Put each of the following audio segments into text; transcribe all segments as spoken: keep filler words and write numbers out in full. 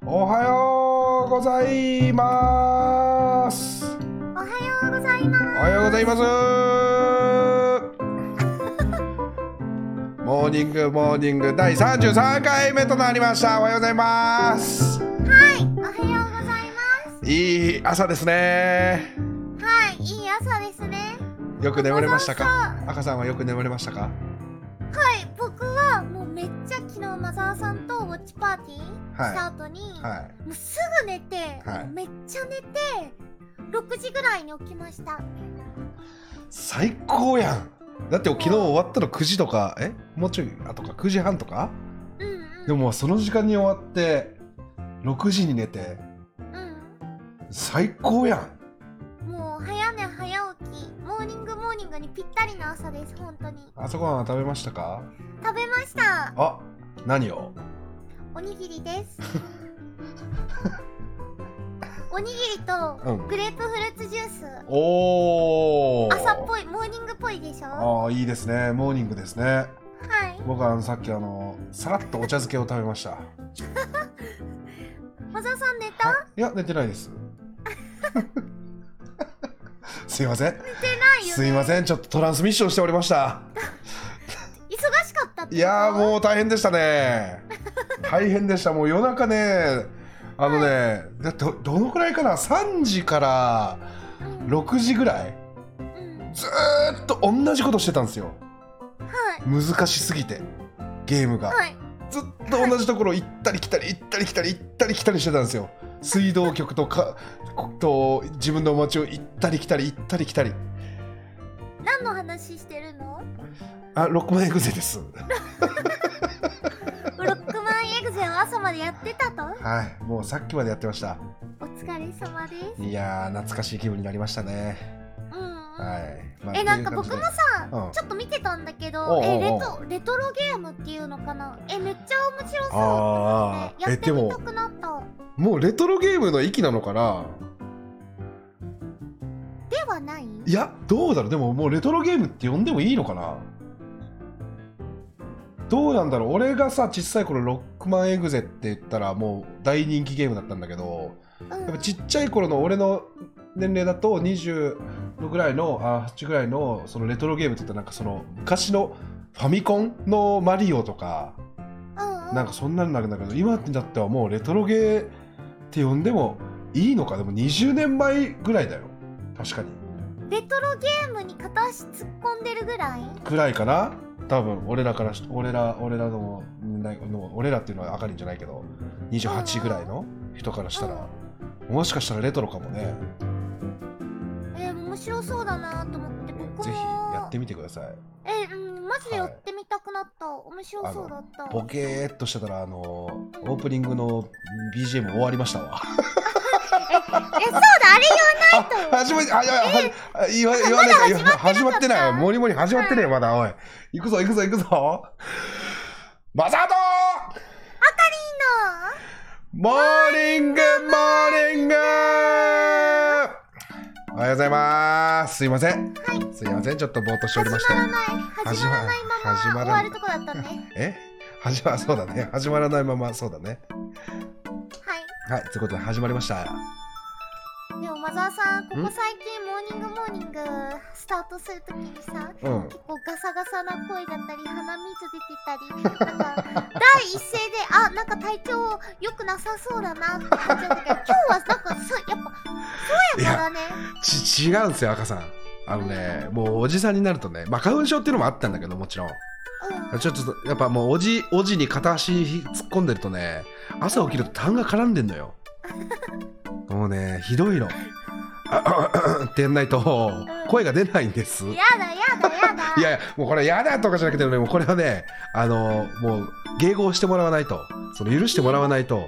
おはようございます。 おはようございます。 おはようございます。モーニングモーニングだいさんじゅうさんかいめとなりました。おはようございます。 はい、おはようございます。 いい朝ですね。 はい、いい朝ですね。 よく眠れましたか？赤さんはよく眠れましたか？ はい、僕はもうめっちゃ昨日マザーさんとウォッチパーティーした後に、 はい、 もうすぐ寝て、 はい、 めっちゃ寝てろくじぐらいに起きました。 最高やん。だって昨日終わったのくじとか、えもうちょいあとかくじはんとか、 うんうん、 でもその時間に終わってろくじに寝て、 うん、 最高やん。もう早寝早起き、モーニングモーニングにぴったりな朝です。本当に。 朝ごはんは食べましたか？ 食べました。 あ、何を？ おにぎりですおにぎりとグレープフルーツジュース、うん、 おー、 朝っぽい、モーニングっぽいでしょ。 ああ、いいですね、モーニングですね。 はい、 僕はあのさっきあのさらっとお茶漬けを食べましたマザーさん寝た？ いや、寝てないですすいません、 寝てないよね。 すいません、ちょっとトランスミッションしておりました忙しかったってこと？ いやー、もう大変でしたね大変でした。もう夜中ね、あのね、はい、だってどのくらいかな、さんじからろくじぐらい、うん、ずーっと同じことしてたんですよ。はい、難しすぎてゲームが、はい、ずっと同じところ行ったり来たり行ったり来たり行ったり来たりしてたんですよ。水道局とかと自分の街を行ったり来たり行ったり来たり。 何の話してるの？ あ、ろくまんエグゼですろくまんエグゼを朝までやってたと？ はい、もうさっきまでやってました。 お疲れ様です。 いやー、懐かしい気分になりましたね。 うん、うん、 はい。まあ、 え、なんか僕もさ、うん、ちょっと見てたんだけど、え、レト、レトロゲームっていうのかな？え、めっちゃ面白そう。あ、ね、やってみたくなった。 もうレトロゲームの域なのかな？ ではない？ いや、どうだろう。でももうレトロゲームって呼んでもいいのかな？どうなんだろう。俺がさ、小さい頃ろくまんエグゼって言ったらもう大人気ゲームだったんだけど、うん、やっぱちっちゃい頃の俺の年齢だとにじゅうぐらいの、あ、はちぐらいのそのレトロゲームって言ったらなんかその昔のファミコンのマリオとか、うんうん、なんかそんなのになるんだけど、今になってはもうレトロゲーって呼んでもいいのか。でもにじゅうねんまえぐらいだよ、確かに。 レトロゲームに片足突っ込んでるぐらいぐらいかな、多分。俺らからし俺ら俺らのの俺らっていうのはあかりんじゃないけどにじゅうはちぐらいの人からしたら、うん、もしかしたらレトロかもね。 えー、面白そうだなと思って僕もぜひやってみてください。 えー、うん、マジでやってみたくなった、はい、面白そうだった。 ボケーっとしてたらあの、うん、オープニングの ビージーエム 終わりましたわえ、そうだ、あれ言わないと。 始まっ、あ、いや、言わ、言わないと、始まってない。もりもり始まってねえ、まだ、おい。行くぞ、行くぞ、行くぞ。マサト！あかりんのモーニング、モーニング。おはようございます。すいません。はい。すいません、ちょっとぼーっとしておりまして。 始まらない、始まらないまま終わるとこだったね。 え？始ま、そうだね。始まらないまま、そうだね。 はい。 はい、ということで始まりました。 でもマザーさん、ここ最近モーニングモーニングスタートするときにさ、うん、結構ガサガサな声だったり鼻水出てたり、なんか第一声であ、なんか体調良くなさそうだなって感じだったけど、今日はなんかそやっぱそうやからね。 ち違うんですよ、赤さん。あのね、もうおじさんになるとね、まあ花粉症っていうのもあったんだけど、もちろん。うん、ちょっとやっぱもうおじおじに片足突っ込んでるとね、朝起きると痰が絡んでんのよもうね、ひどいのってやんないと声が出ないんです。 やだやだやだいやいや、もうこれやだとかじゃなくてね、もうこれはね、あのもう迎合してもらわないと、その許してもらわないと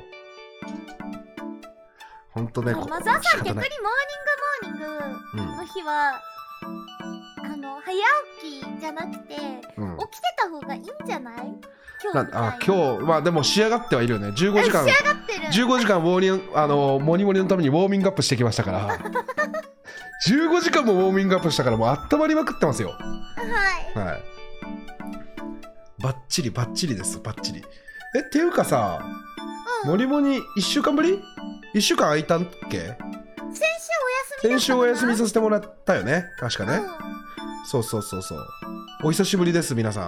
本当ね。 マザーさん、逆にモーニングモーニングの日は、うん、あの早起きじゃなくて、うん、起きてた方がいいんじゃない？今日あ今日まあでも仕上がってはいるよね。じゅうごじかんじゅうごじかんウォーニンあのモニモニのためにウォーミングアップしてきましたからじゅうごじかんもウォーミングアップしたからもう温まりまくってますよ。 はい、はい、 バッチリバッチリです、バッチリ。えっていうかさ、 モリモニいっしゅうかんぶり ?いっ 週間空いたんっけ？ 先週お休みだったかな。 先週お休みさせてもらったよね、確かね。 うん、 そうそうそうそう。お久しぶりです皆さん。 はい。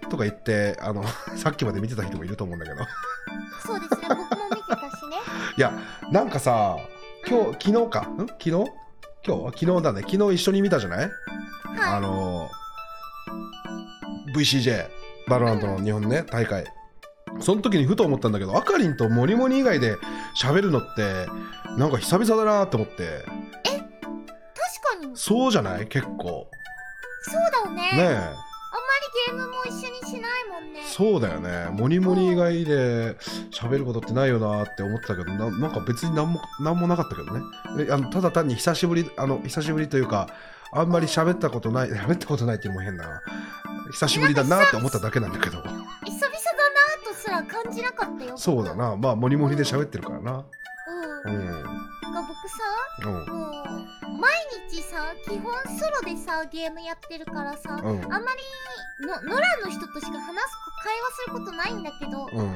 とか言ってあのさっきまで見てた人もいると思うんだけど。 そうですね、僕も見てたしね。 いやなんかさ、今日昨日か、ん昨日今日は昨日だね。昨日一緒に見たじゃない？はい、あの ブイシージェー バロラントの日本ね、うん、大会。その時にふと思ったんだけど、あかりんとモリモニ以外で喋るのってなんか久々だなって思って。え、 確かにそうじゃない？結構そうだよね。 ねえ、 あんまりゲームも一緒にしないもんね。 そうだよね。モニモニ以外で喋ることってないよなって思ってたけど、 な, なんか別に何も何もなかったけどね。えあのただ単に久しぶり、あの久しぶりというか、あんまり喋ったことない、喋ったことないっていうのも変だな。久しぶりだなって思っただけなんだけど。 久々だなとすら感じなかったよ。 そうだな。まあモニモニで喋ってるからな。 うん。うん。 うん、 が僕さ、 うん、 もう毎日さ、基本ソロでさゲームやってるからさ、うん、あんまりの野良の人としか話す会話することないんだけど、うん、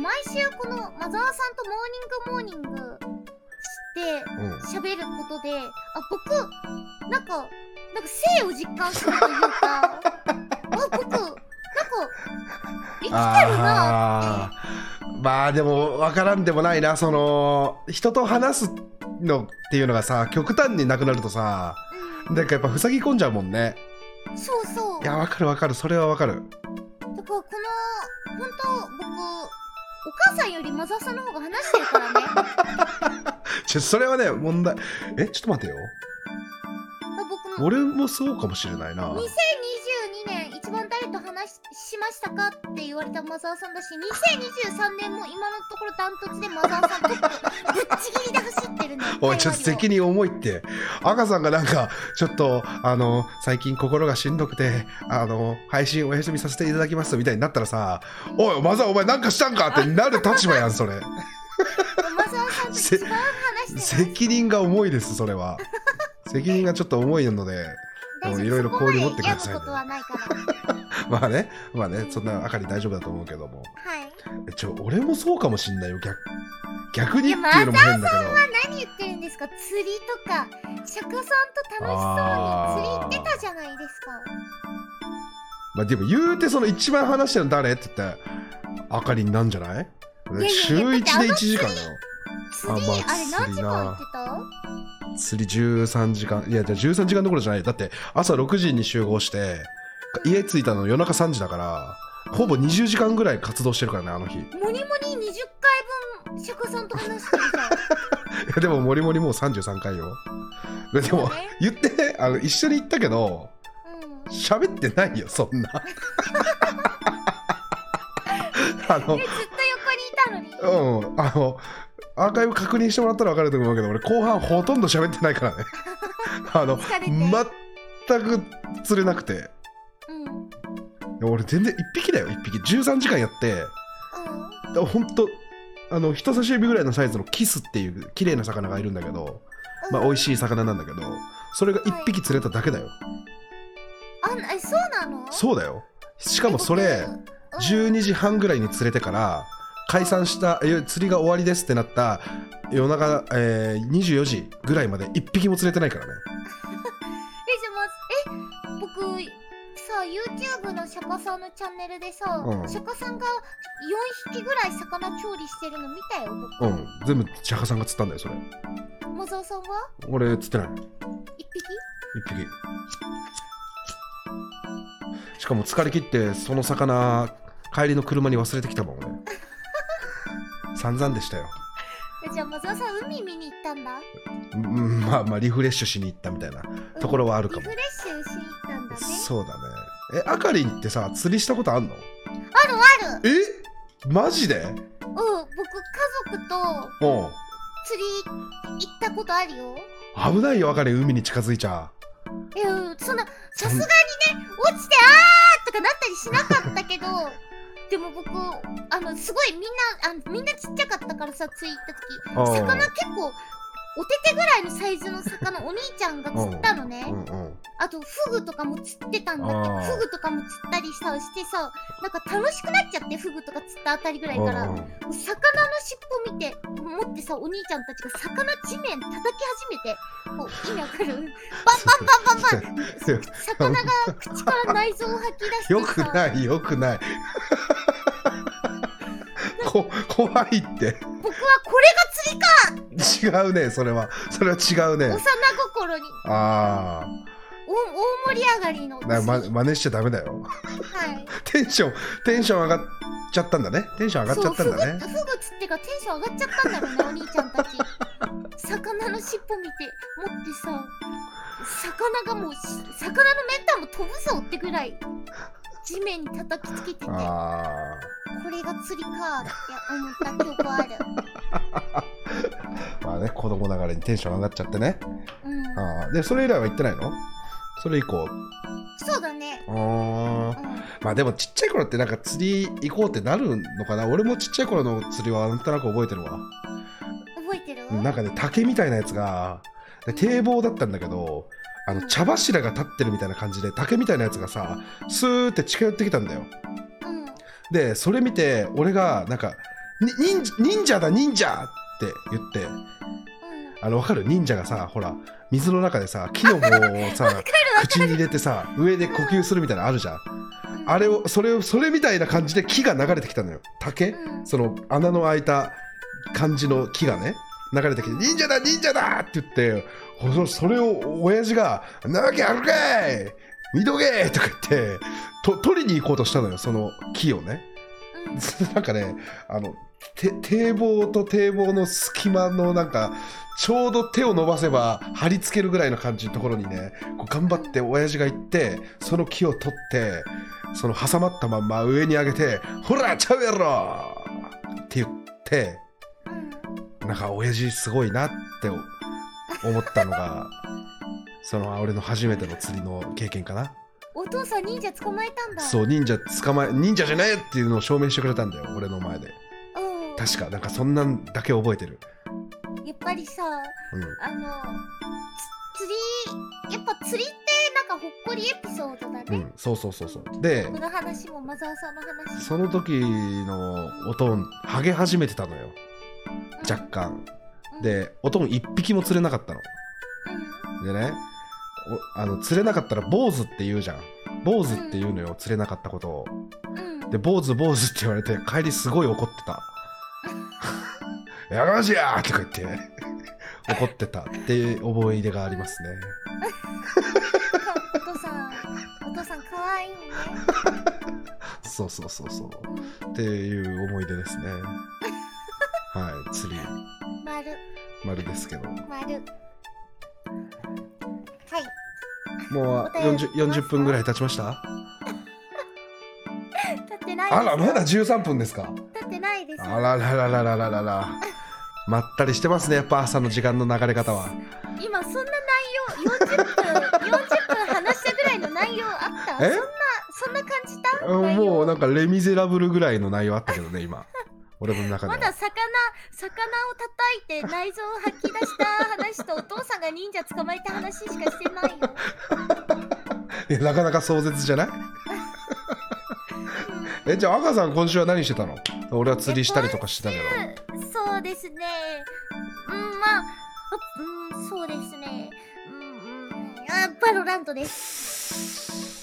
毎週このマザーさんとモーニングモーニングして喋ることで、うん、あ、僕なんかなんか生を実感するというかあ、僕なんか生きてるなって。 まあでも分からんでもないな。その人と話すのっていうのがさ、極端になくなるとさ、うん、なんかやっぱ塞ぎ込んじゃうもんね。 そうそう。 いや分かる分かる、それは分かる。 だからこの本当僕お母さんよりマザーさんの方が話してるからね。 ちょそれはね問題。えちょっと待てよ。僕も俺もそうかもしれないな。 にせんにじゅうにねん一番誰と話 し, しましたかって言われたマザーさんだし、にせんにじゅうさんねんも今のところダントツでマザーさんとぶっちぎりで走ってるの。 おいちょっと責任重いって。赤さんがなんかちょっとあの最近心がしんどくてあの配信お休みさせていただきますみたいになったらさ、おいマザーお前なんかしたんかってなる立場やんそれ。 マザーさんと一番話してる。 責任が重いです。それは責任がちょっと重いのでいろいろ氷持ってくださいね。まあねまあね、そんなあかり大丈夫だと思うけども、はい、ちょ俺もそうかもしんないよ。 逆, 逆にっていうのも変だけど。マザーさんは何言ってるんですか。釣りとか釈迦さんと楽しそうに釣り行ってたじゃないですか。 まあでも言うてその一番話してるの誰って言ったらあかりんなんじゃない？週いちでいちじかんだよ。 釣り あ, まあ、あれ何時間行ってた？ 釣りじゅうさんじかん。いやじゃあじゅうさんじかんどころじゃない。だって朝ろくじに集合して家着いたの夜中さんじだから、ほぼにじゅうじかんぐらい活動してるからねあの日。 モニモニにじゅっかいぶん釈迦さんと話してるじゃん。いやでもモリモリもうさんじゅうさんかいよ。でも、ね、言ってあの一緒に行ったけど喋、うん、ってないよそんな。あのずっと横にいたのに。 うんあのアーカイブ確認してもらったら分かると思うけど、俺後半ほとんど喋ってないからね。あの全く釣れなくて、うん、俺全然いっぴきだよ。いっぴきじゅうさんじかんやって、うん、ほんとあの人差し指ぐらいのサイズのキスっていう綺麗な魚がいるんだけど、うん、まあ美味しい魚なんだけど、それがいっぴき釣れただけだよ。 はい、あえそうなの？ そうだよ。しかもそれじゅうにじはんぐらいに釣れてから解散した、釣りが終わりですってなった夜中、えー、にじゅうよじぐらいまでいっぴきも釣れてないからね。 え、じゃあまず、え、僕さ、YouTube の釈迦さんのチャンネルでさ、うん、釈迦さんがよんひきぐらい魚調理してるの見たよ、僕。 うん、全部釈迦さんが釣ったんだよ、それ。 マザーさんは？ 俺釣ってない。いっぴき？いっぴき。しかも疲れ切ってその魚帰りの車に忘れてきたもん俺。散々でしたよ。 じゃあマザーさん海見に行ったんだ。 うん、まあまあリフレッシュしに行ったみたいなところはあるかも。リフレッシュしに行ったんだね。 そうだね。え、あかりんってさ釣りしたことあんの？ あるある。 え、マジで？うん、 僕家族と釣り行ったことあるよ。 危ないよあかりん、海に近づいちゃう。いやそんなさすがにね落ちてあーとかなったりしなかったけど。でも僕あのすごいみんなあみんなちっちゃかったからさ、つい行った時魚結構お手手ぐらいのサイズの魚お兄ちゃんが釣ったのね、 うんうん、 あとフグとかも釣ってたんだけど、フグとかも釣ったりさしてさ、なんか楽しくなっちゃって、フグとか釣ったあたりぐらいから、魚の尻尾見て持ってさ、お兄ちゃんたちが魚地面叩き始めて、こう意味わかる？バンバンバンバンバン魚が口から内臓を吐き出してさ、 よくないよくないこ怖いって。 僕はこれが釣りか。 違うね、それはそれは違うね。 幼心にああ大盛り上がりのな、ま、真似しちゃダメだよ。 はいテンションテンション上がっちゃったんだね。テンション上がっちゃったんだね。 フグフグ釣ってからテンション上がっちゃったんだろうね、お兄ちゃんたち。魚の尻尾見て持ってさ、魚がもう魚のメンターも飛ぶぞってぐらい地面に叩きつけてて、 あこれが釣りかって思った記憶ある。 まあね、子供ながらにテンション上がっちゃってね、 うん、 あでそれ以来は行ってないの？それ以降。 そうだね。 あ、うん、まあでもちっちゃい頃ってなんか釣り行こうってなるのかな。俺もちっちゃい頃の釣りはなんとなく覚えてるわ。 覚えてる？ なんかね、竹みたいなやつがで堤防だったんだけど、あの茶柱が立ってるみたいな感じで竹みたいなやつがさスーって近寄ってきたんだよ、 うん、 でそれ見て俺がなんか忍忍者だ忍者って言って、うん、あの分かる？忍者がさほら水の中でさ木の棒をさ口に入れてさ上で呼吸するみたいなのあるじゃん、うん、あれをそれをそれみたいな感じで木が流れてきたのよ。竹、うん、その穴の開いた感じの木がね流れてきて、忍者だ忍者だって言って、それを親父がなわけあるかい見とけとか言ってと取りに行こうとしたのよ、その木をね、うん、なんかね、あの堤防と堤防の隙間のなんかちょうど手を伸ばせば貼り付けるぐらいの感じのところにね、こう頑張って親父が行ってその木を取ってその挟まったまんま上に上げて、ほらちゃうやろって言って、なんか親父すごいなって思ったのがその俺の初めての釣りの経験かな。 お父さん忍者捕まえたんだ。 そう、忍者捕まえ忍者じゃねえっていうのを証明してくれたんだよ、俺の前で。確かなんかそんなんだけ覚えてる。 やっぱりさ、うん、あの釣りやっぱ釣りってなんかほっこりエピソードだね、うん、そうそうそうそう。で僕の話もマザーさんの話、 その時のおとんハゲ始めてたのよ、若干、うん、でおとん一匹も釣れなかったの、うん、でね、あの釣れなかったら坊主って言うじゃん。坊主って言うのよ、うん、釣れなかったことを、うん、で坊主坊主って言われて帰りすごい怒ってたやかましいやーとか言って怒ってたって思い出がありますねお父さんお父さんかわいいねそうそうそうそう、うん、っていう思い出ですねはい、釣り丸丸ですけど、 丸、はい、 もう 40, よんじゅっぷんぐらい経ちました経ってないです。 あら、まだじゅうさんぷんですか。 経ってないです。 あららららららららまったりしてますね、やっぱ朝の時間の流れ方は。 今そんな内容よんじゅっぷんよんじゅっぷん話したぐらいの内容あった？え？そんなそんな感じた？ もうなんかレ・ミゼラブルぐらいの内容あったけどね今俺の中では。まだ魚魚を叩いて内臓を吐き出した話とお父さんが忍者捕まえた話しかしてないよいやなかなか壮絶じゃないえ、じゃあ赤さん今週は何してたの？俺は釣りしたりとかしてたけど。 そうですね、うんまあうんそうですね、うんうんあバロラントです。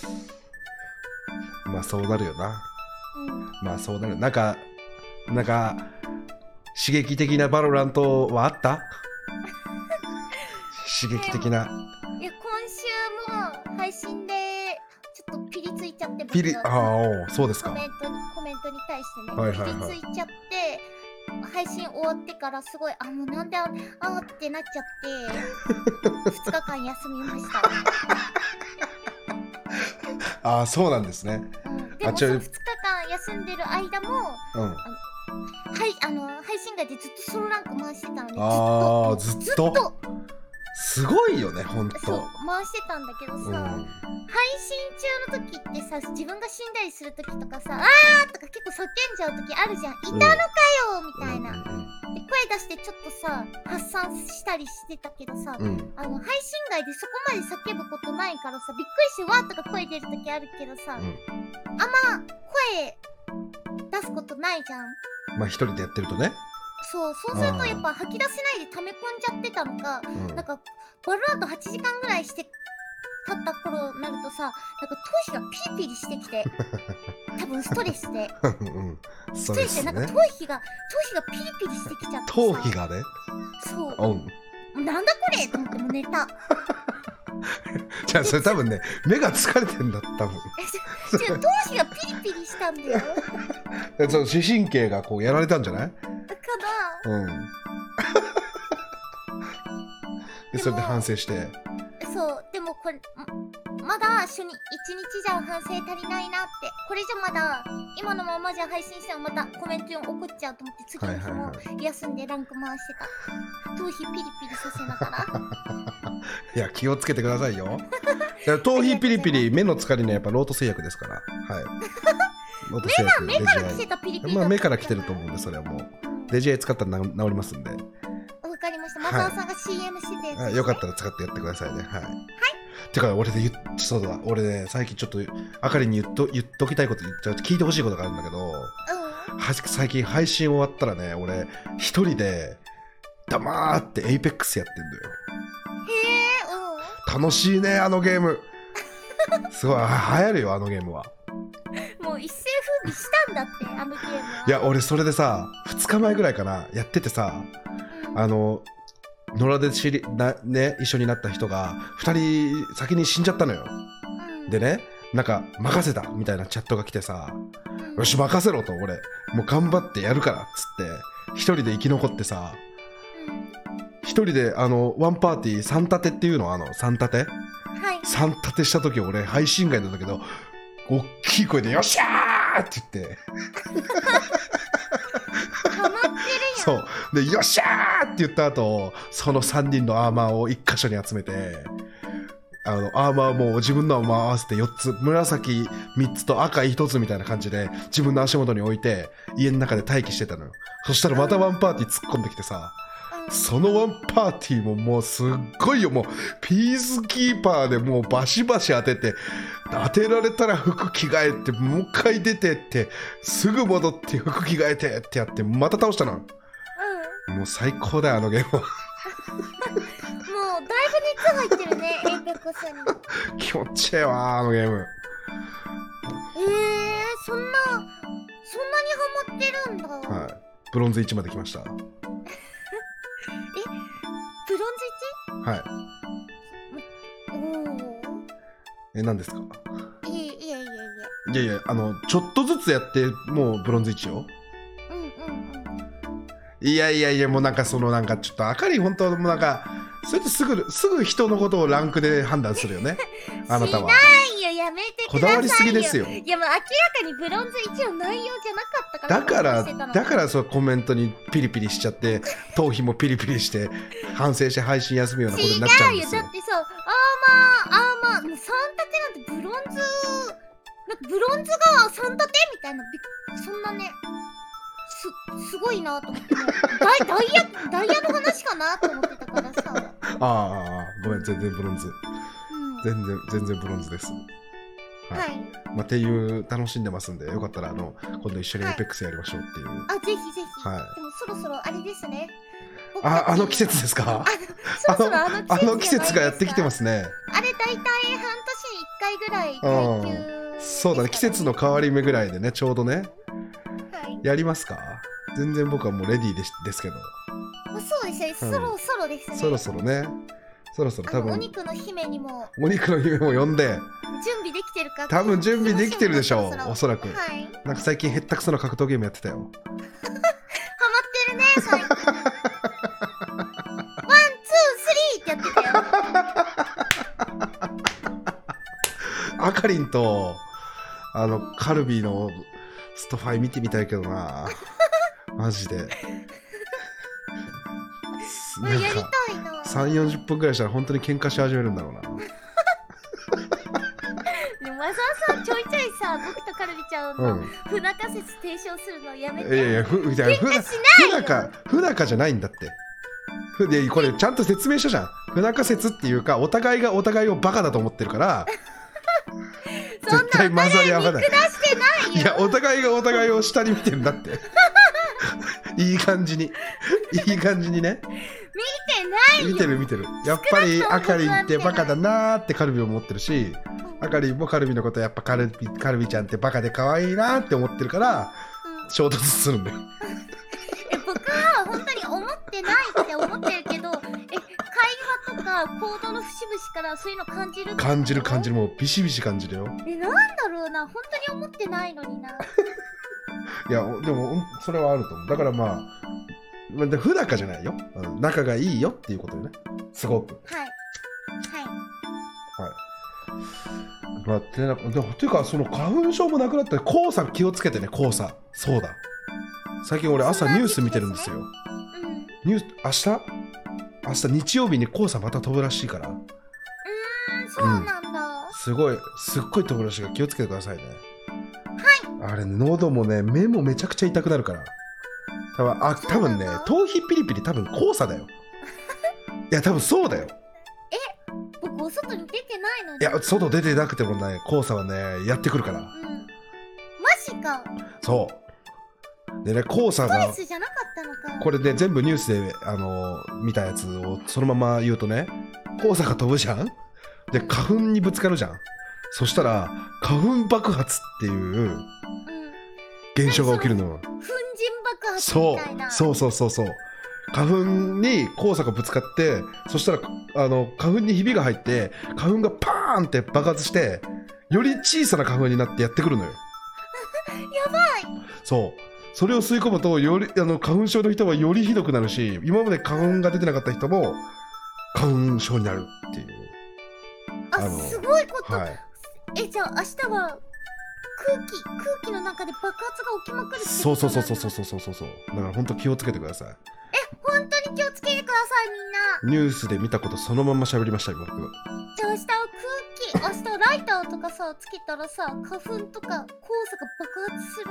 まあそうなるよな、うん、まあそうなる。なんかなんか刺激的なバロラントはあった刺激的な。 いや今週も配信でちょっとピリついちゃって、 ピリああそうですか。 コメントにコメントに対してね、 はいはいはい、 ピリついちゃって配信終わってからすごいあもうなんでああってなっちゃってふつかかん休みましたああそうなんですね、 うん、でもそのふつかかん休んでる間も、うん、あのはいあの配信外でずっとソロランク回してたのに、 ああずっとずっとすごいよねほんと。 そう回してたんだけどさ、うん、配信中の時ってさ自分が死んだりする時とかさあーとか結構叫んじゃう時あるじゃん、いたのかよみたいな、うん、で出してちょっとさ発散したりしてたけどさ、 うん、 あの配信外でそこまで叫ぶことないからさ、びっくりしてわーとか声出る時あるけどさ、うん、あんま声出すことないじゃん。 まあ一人でやってるとね。 そう、そうするとやっぱ吐き出せないで溜め込んじゃってたのか、うん、なんかバルーンとはちじかんぐらいして経った頃になるとさ、なんか頭皮がピリピリしてきて多分ストレスで、うん、ストレスでなんか頭皮が頭皮がピリピリしてきちゃってさ、 頭皮がね、 そう、うん、なんだこれと思ってもう寝た。 じゃあそれ多分ね、目が疲れてんだ多分。 じゃあ頭皮がピリピリしたんだよ。 その視神経がこうやられたんじゃない？かな。 うん。でそれで反省して。 そう、でもこれまだ初日いちにちじゃ反省足りないなって、これじゃまだ今のままじゃ配信してもまたコメントに怒っちゃうと思って、次の日も休んでランク回してた。頭皮ピリピリさせながら。 いや気をつけてくださいよ。頭皮ピリピリ、目の疲れにはやっぱロート製薬ですから。はい。 目が目から来てたピリピリ。 まあ目から来てると思うんで、それはもうデジアイ使ったら治りますんで。 わかりました。マザーさんが シーエム してたやつ、ね。 はい、よかったら使ってやってくださいね。はい。はい。てか俺で言っそうだ、俺ね最近ちょっとあかりに言っと言っときたいこと言っちゃう、聞いてほしいことがあるんだけど、うん、は最近配信終わったらね、俺一人で黙ってエイペックスやってんだよ。 へえ、うん。 楽しいねあのゲーム。すごい流行るよあのゲームは。 もう一世風靡したんだってあのゲームは。 いや俺それでさふつかまえぐらいかなやっててさ、うん、あの野良で知りな、ね、一緒になった人がふたり先に死んじゃったのよ、うん、でね、なんか任せたみたいなチャットが来てさ、うん、よし任せろと、俺もう頑張ってやるからっつって一人で生き残ってさ、一、うん、人であのワンパーティーさん立てっていうの、あのさん立て、はい、さん立てした時俺配信外なんだけど大きい声でよっしゃーって言ってハマってるやん。 そうでよっしゃーって言った後、そのさんにんのアーマーをいっ箇所に集めて、あのアーマーも自分のアーマー合わせてよっつ、紫みっつと赤ひとつみたいな感じで自分の足元に置いて家の中で待機してたのよ。そしたらまたワンパーティー突っ込んできてさ、そのワンパーティーももうすっごいよ、もうピースキーパーでもうバシバシ当てて、当てられたら服着替えてもう一回出てってすぐ戻って服着替えてってやってまた倒したの、うん、もう最高だよあのゲームは。もうだいぶ熱入ってるねエイペックスに。 気持ちいいわあのゲーム。 えー、そんなそんなにハマってるんだ。 はい、ブロンズいちまで来ました。 え、ブロンズ いち？ はい。 おお。 え、何ですか？ いやいやいやいや。 いやいや、あのちょっとずつやってもうブロンズいちよ。 うんうんうん。 いやいやいや、もうなんかそのなんかちょっとあかり本当もうなんかそれってすぐすぐ人のことをランクで判断するよね。あなたは。 しないよ、やめてくださいよ。 こだわりすぎですよ。 いやもう明らかにブロンズいちの内容じゃなかったから。 だからだからそうコメントにピリピリしちゃって頭皮もピリピリして反省して配信休むようなことになっちゃうんですよ。 違うよ、だってさ、アーマーアーマーもうさん立てなんてブロンズなんかブロンズがさん立てみたいな、そんなね。す, すごいなと思って、もうダイ, ダイヤダイヤの話かなと思ってたからさ。 ああごめん、全然ブロンズ、うん、全然全然ブロンズです。はい、はい、まあ、っていう楽しんでますんで、よかったらあの今度一緒にエイペックスやりましょうっていう、はい、 あ、ぜひぜひ、はい、でもそろそろあれですね。 ああの季節ですか？ あのそろそろあの季節あの季節がやってきてますね。 あれ大体半年にいっかいぐらい耐久、ね、 そうだね、季節の変わり目ぐらいでね、ちょうどね、はい、やりますか？全然僕はもうレディーですですけど。 そうですね、そろそろですね。 そろそろね、そろそろ多分お肉の姫にもお肉の姫も呼んで準備できてるか。 多分準備できてるでしょう、おそらく、 はい、 なんか最近へったくそな格闘ゲームやってたよ。 ハマってるね最近。ワンツースリーってやってたよ。 あかりんとあのカルビーのストファイ見てみたいけどな。マジで。 やりたいな。 さんじゅうよんじゅっぷんくらいしたら本当に喧嘩し始めるんだろうな。 でもマザーささちょいちょいさ僕とカルビちゃんの不仲説提唱するのやめて。 いやいやふいやふ喧嘩しないよ。 不仲不仲じゃないんだって。ふでこれちゃんと説明したじゃん。不仲説っていうかお互いがお互いをバカだと思ってるから絶対混ざり合わない。 見下してないよ。 いやお互いがお互いを下に見てるんだっていい感じにいい感じにね見てないよ。 見てる見てる。やっぱりあかりんってバカだなーってカルビ思ってるし、あかりんもカルビのことやっぱカルビカルビちゃんってバカで可愛いなーって思ってるから、うん、衝突するんだよえ僕は本当に思ってないって思ってるけど、え会話とか行動の節々からそういうの感じる。 感じる感じる。もうビシビシ感じるよ。 えなんだろうな、本当に思ってないのにな。 いやでもそれはあると思う。だからまあ不仲じゃないよ、うん、仲がいいよっていうことよね。すごくはいはいはい。まあ、てなでもていうかその花粉症もなくなったら黄砂気をつけてね。黄砂そうだ、最近俺朝ニュース見てるんですよ。ニュース明日明日日曜日に黄砂また飛ぶらしいから。うーんそうなんだ、 うん、すごいすっごい飛ぶらしいから気をつけてくださいね。はい。あれ喉もね目もめちゃくちゃ痛くなるから。多分あ多分ね頭皮ピリピリ多分黄砂だよいや多分そうだよ。 え僕お外に出てないのに。 いや外出てなくてもね黄砂はねやってくるから。うん、 マジか。 そうでね黄砂がストレスじゃなかったのか。 これね全部ニュースであの見たやつをそのまま言うとね、黄砂が飛ぶじゃん。で花粉にぶつかるじゃん。そしたら花粉爆発っていう現象が起きるの。 粉塵爆発みたいな。 そうそうそうそうそう。花粉に黄砂がぶつかって、そしたらあの花粉にひびが入って花粉がパーンって爆発してより小さな花粉になってやってくるのよやばい。 そうそれを吸い込むとよりあの花粉症の人はよりひどくなるし、今まで花粉が出てなかった人も花粉症になるっていう。 ああのすごいこと、 はい、 えじゃあ明日は空気空気の中で爆発が起きまくるってことなんだ。 そうそうそうそうそうそうそうそう。だから本当気をつけてください。 え本当に気をつけてくださいみんな。 ニュースで見たことそのまま喋りましたよ僕。 じゃあ明日は空気明日はライターとかさつけたらさ花粉とか黄砂が爆発する。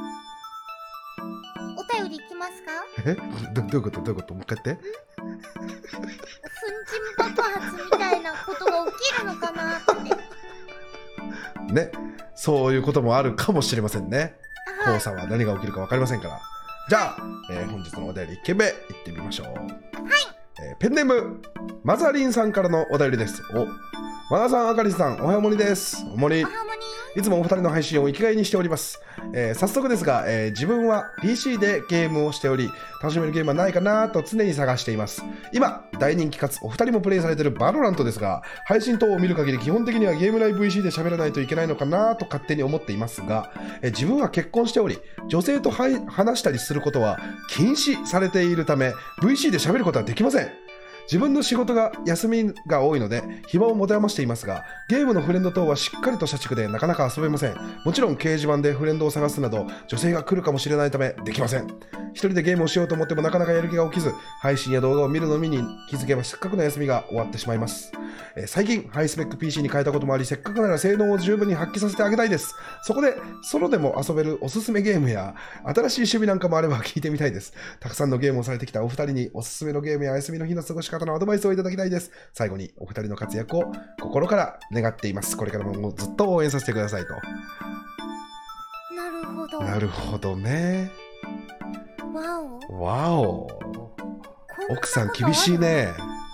お便りいきますか。 え ど, どういうことどういうこともう一回言って。 粉塵爆発みたいなことが起きるのかなってね、そういうこともあるかもしれませんね。黄砂は何が起きるか分かりませんから。じゃあ、えー、本日のお便りいっけんめいってみましょう。はい、えー、ペンネームマザリンさんからのお便りです。おマナさん、あかりさん、おはよもにです。おもに。いつもお二人の配信を生きがいにしております。えー、早速ですが、えー、自分は ピーシー でゲームをしており、楽しめるゲームはないかなと常に探しています。今、大人気かつお二人もプレイされているバロラントですが、配信等を見る限り基本的にはゲーム内 ブイシー で喋らないといけないのかなと勝手に思っていますが、えー、自分は結婚しており、女性と話したりすることは禁止されているため、ブイシー で喋ることはできません。自分の仕事が休みが多いので暇を持て余していますが、ゲームのフレンド等はしっかりとした地区でなかなか遊べません。もちろん掲示板でフレンドを探すなど女性が来るかもしれないためできません。一人でゲームをしようと思ってもなかなかやる気が起きず、配信や動画を見るのみに気づけばせっかくの休みが終わってしまいます。えー、最近ハイスペック ピーシー に変えたこともあり、せっかくなら性能を十分に発揮させてあげたいです。そこでソロでも遊べるおすすめゲームや新しい趣味なんかもあれば聞いてみたいです。たくさんのゲームをされてきたお二人におすすめのゲームや休みの日の過ごし方のアドバイスをいただきたいです。最後にお二人の活躍を心から願っています。これからもずっと応援させてくださいと。 なるほど。 なるほどね。 わお。 わお。奥さん厳しいね。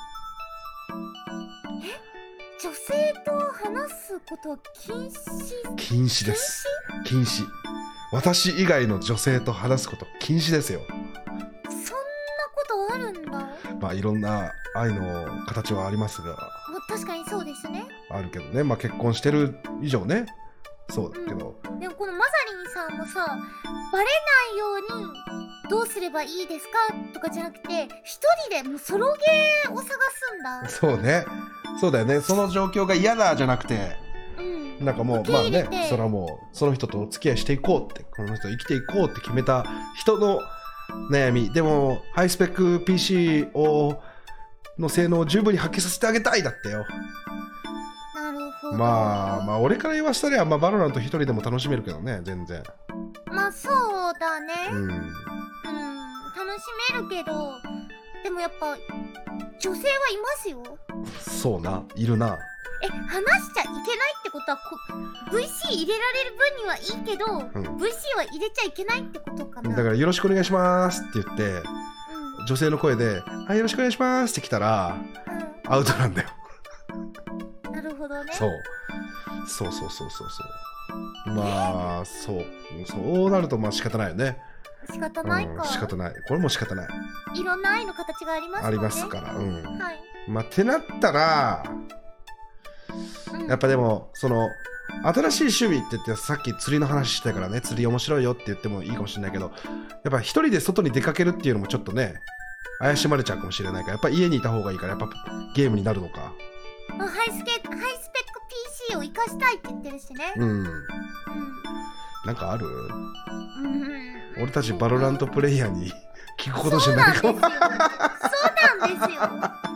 え、女性と話すことは禁止？ 禁止です。禁止。私以外の女性と話すこと禁止ですよ。 そんなことあるんだ。 まあいろんな愛の形はありますが、 確かにそうですね。 あるけどね、まあ結婚してる以上ね、そうだけど、 うん、でもこのマザリンさんもさ、バレないようにどうすればいいですかとかじゃなくて、一人でもうソロゲーを探すんだ。 そうね、そうだよね。その状況が嫌だじゃなくて、うん、なんかもうまあね、それはもうその人とお付き合いしていこうって、この人生きていこうって決めた人の悩み。でもハイスペック ピーシー をの性能を十分に発揮させてあげたいだってよ。 ななるほど。 まあまあ俺から言わしたら、まあ、バロラント一人でも楽しめるけどね、全然。 まあそうだね。 うん、 うん、楽しめるけど、でもやっぱ女性はいますよ。 そうな、いるな。 え、話しちゃいけないってことはこ ブイシー 入れられる分にはいいけど、 うん、 ブイシー は入れちゃいけないってことかな。 だからよろしくお願いしますって言って、うん、女性の声ではいよろしくお願いしますって来たら、うん、アウトなんだよ。 なるほどね。 そうそうそうそうそうそうまあそうそうなるとまあ仕方ないよね。 仕方ないか、 うん、仕方ない。これも仕方ない。 いろんな愛の形がありますもんね。 ありますから、うん、 はい。 まあってなったら、うん、やっぱでもその新しい趣味って言ってさっき釣りの話したからね、釣り面白いよって言ってもいいかもしれないけど、やっぱ一人で外に出かけるっていうのもちょっとね怪しまれちゃうかもしれないから、やっぱ家にいた方がいいから、やっぱゲームになるのか。 ハイスケハイスペック ピーシー を生かしたいって言ってるしね。 うん、うん、なんかある？うん、俺たちバロラントプレイヤーに聞くことじゃないかも。そうなんですよ。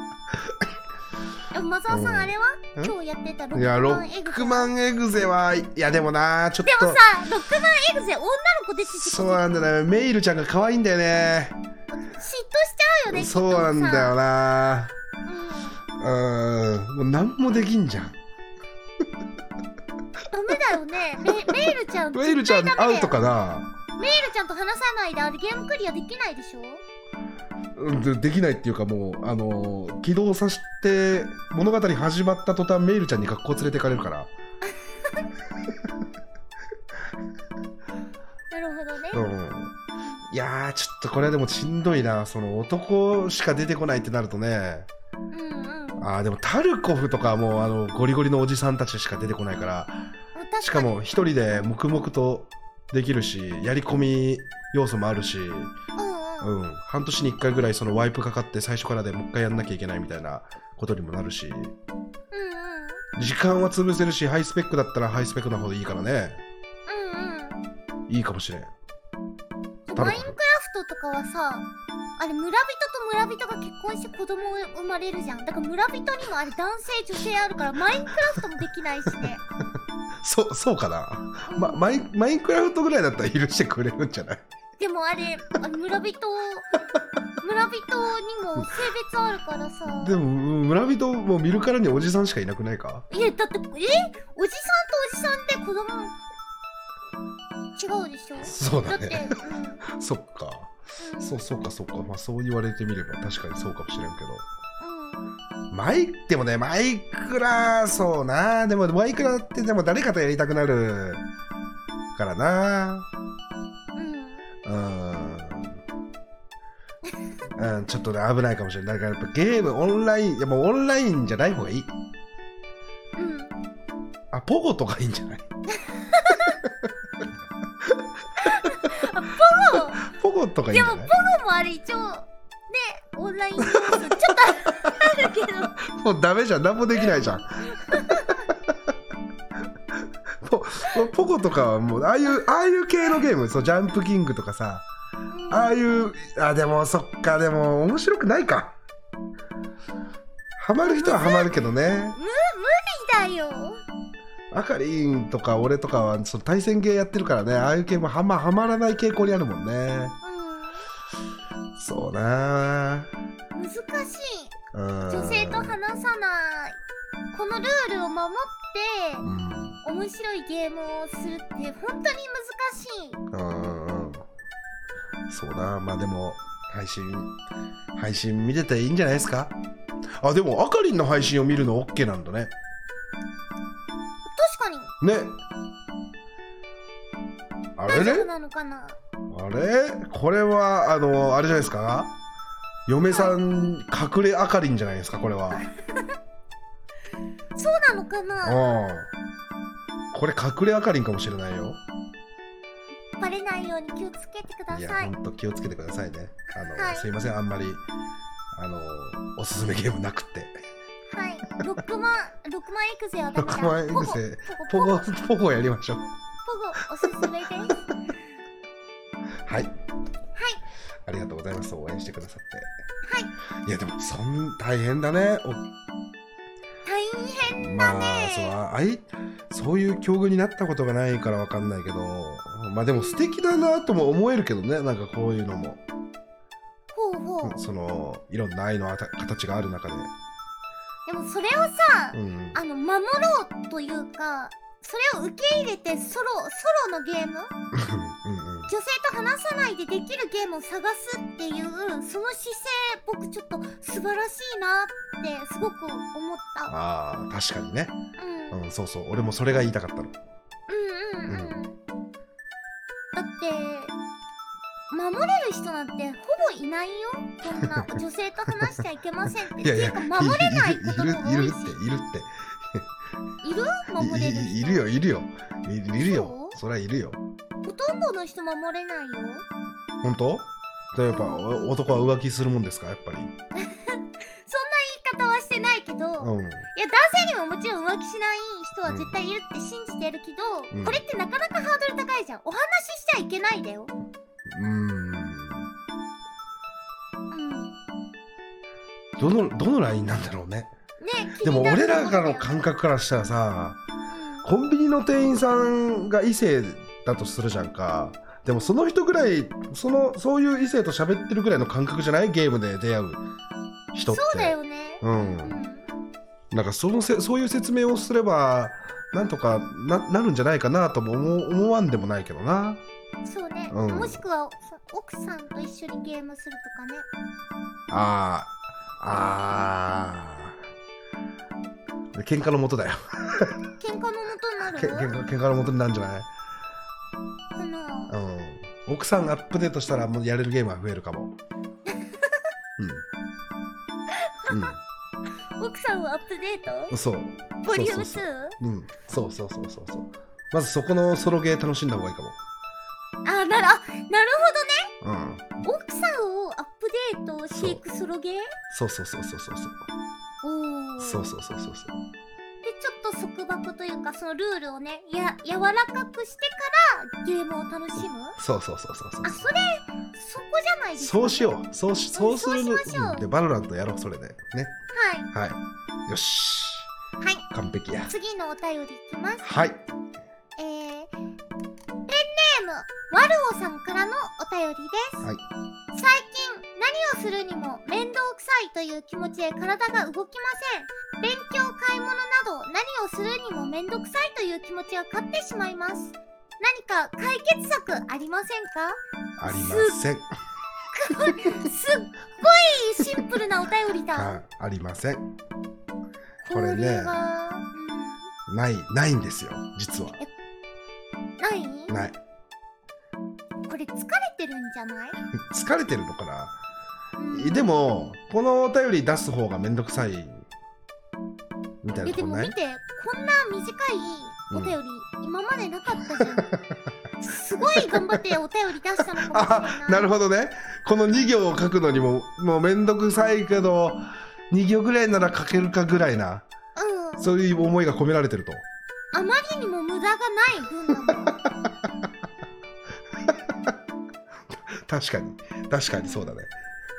マザーさん、うん、あれは今日やってたロックマンエグゼ。いや、ロックマンエグゼはいやでもなちょっと。でもさ、ロックマンエグゼ女の子出てて、 そうなんだよね。メイルちゃんが可愛いんだよね。 嫉妬しちゃうよね。 そうなんだよな。うん、うん、もう何もできんじゃん。 ダメだよね。メ, メイルちゃんメイルちゃんアウトかな。 メイルちゃんと話さないであれゲームクリアできないでしょ。 で, できないっていうか、もうあのー、起動させて物語始まった途端メイルちゃんに学校連れてかれるから。 なるほどね。 うん、いやーちょっとこれはでもしんどいな。その男しか出てこないってなるとね。うんうん、あーでもタルコフとかはもうあのゴリゴリのおじさんたちしか出てこないから、しかも一人で黙々とできるし、やり込み要素もあるし、うんうん、半年にいっかいぐらいそのワイプかかって最初からでもう一回やんなきゃいけないみたいなことにもなるし、うんうん、時間は潰せるし、ハイスペックだったらハイスペックの方でいいからね。うんうん、いいかもしれん。 マインクラフトとかはさ、あれ村人と村人が結婚して子供生まれるじゃん。だから村人にもあれ男性女性あるからマインクラフトもできないしね。 そ, そうかな、うん、ま、マイン、マインクラフトぐらいだったら許してくれるんじゃない？ でもあれ、あれ村人村人にも性別あるからさ。 でも村人も見るからにおじさんしかいなくないか？ いやだって、えおじさんとおじさんって子供違うでしょ。 そうだね。 だって、 うん、そっか、うん、そうそうかそうか、まあそう言われてみれば確かにそうかもしれんけど、うん、マイでもねマイクラそうな。でもマイクラってでも誰かとやりたくなるからな。うん、うん、ちょっとね危ないかもしれない。だからやっぱゲームオンライン、いやもうオンラインじゃない方がいい。うん。あ、ポゴとかいいんじゃない？ポゴとかいいんじゃない？ でもポゴもあれ一応ねオンライン要素ちょっとあるけどもうダメじゃん、何もできないじゃん。ポ, ポコとかはもうああいうああいう系のゲーム、そうジャンプキングとかさ、うん、ああいうあでもそっか、でも面白くないか。ハマる人はハマるけどね。む無理だよ。 あかりんとか俺とかはその対戦ゲーやってるからね、ああいう系もはまはまらない傾向にあるもんね。うん、そうな。 難しい。うん、女性と話さないこのルールを守って。うん面白いゲームをするって本当に難しい。うん、 そうな。まあでも配信配信見てていいんじゃないですか。あでもあかりんの配信を見るの OK なんだね。 確かにね。あれね。 大丈夫なのかな。 あれこれはあのあれじゃないですか。嫁さん、はい、隠れあかりんじゃないですかこれは。 そうなのかな。 うん。これ隠れあかりんかもしれないよ。 バレないように気をつけてください。いやほんと気をつけてくださいね。あの、はい、すいませんあんまりあのおすすめゲームなくって。 はい。ロックマンロックマンエクゼはダメだ。 ロックマンエクゼポゴポゴやりましょう。 ポゴおすすめです。 はい。はい。ありがとうございます。応援してくださって。はい。いやでもそん大変だね。 大変まあだね。 そうあいそういう境遇になったことがないからわかんないけど、まあでも素敵だなとも思えるけどね、なんかこういうのも、 ほうほう。 そのいろんな愛のあた形がある中で、 でもそれをさ、 うん、 あの守ろうというか、それを受け入れてソロソロのゲーム、 うんうん、 女性と話さないでできるゲームを探すっていうその姿勢、僕ちょっと素晴らしいなってすごく思った。 ああ確かにね、 うん、 うん、そうそう、俺もそれが言いたかったの。 うんうんうん、うん、だって守れる人なんてほぼいないよ。こんな女性と話しちゃいけませんっていやいや、 っていうか守れないことも多いし。 いるいるっているっている守れる人。 いるよいるよいるいるよ、 そそりゃいるよ。 ほとんどの人守れないよ。 本当？やっぱ男は浮気するもんですか、やっぱり。 そんな言い方はしてないけど、うん、いや男性にももちろん浮気しない人は絶対いるって信じてるけど、うん、これってなかなかハードル高いじゃん。お話ししちゃいけないだよ。 うーん、 うん、 どのどのラインなんだろうね。 ね、 でも俺らからの感覚からしたらさ、うん、コンビニの店員さんが異性だとするじゃんか。でもその人ぐらい、そのそういう異性と喋ってるぐらいの感覚じゃない？ゲームで出会う人って。 そうだよね。 うん。うん、なんかそのせそういう説明をすればなんとか な, なるんじゃないかなとも 思, 思わんでもないけどな。 そうね。うん、もしくは奥さんと一緒にゲームするとかね。 ああああ。喧嘩の元だよ。 喧嘩の元になる？ け喧嘩喧嘩の元になるんじゃない？ かな。 うん。奥さんアップデートしたらもうやれるゲームは増えるかも。うん。うん。 奥さんをアップデート？ そう。 ボリュームツー？ うん。そうそうそうそうそう。まずそこのソロゲー楽しんだ方がいいかも。 あ、なる、あ、なるほどね。うん。 奥さんをアップデートしていくソロゲー？ そうそうそうそうそうそう。 おお。 そうそうそうそうそう。 でちょっと束縛というかそのルールをねや柔らかくしてからゲームを楽しむ。 そうそうそうそうそう。 あ、それそこじゃないですか。 そうしよう。そうしそうする。 そうしましょう。 でバロラントやろう、それでね。 はいはい。よし。 はい。 完璧や。 次のお便りいきます。 はい。 えー、ペンネームワルオさんからのお便りです。 はい。 最近何をするにも面倒くさいという気持ちで体が動きません。勉強、買い物など何をするにも面倒くさいという気持ちが勝ってしまいます。何か解決策ありませんか？ ありません。 すっごいシンプルなお便りだ。 はありません。 これね、 うん、ないないんですよ、実は。 ない？ ない。 これ疲れてるんじゃない？ 疲れてるのかな、うん、でもこのお便り出す方がめんどくさいみたいなとこない？ でも見て、こんな短いお便り、うん、今までなかったじゃん。すごい頑張ってお便り出したのかもしれない。 あ、なるほどね。このに行を書くのにももうめんどくさいけどに行ぐらいなら書けるかぐらいな、うん、そういう思いが込められてると。 あまりにも無駄がない分だもん。 確かに確かにそうだね。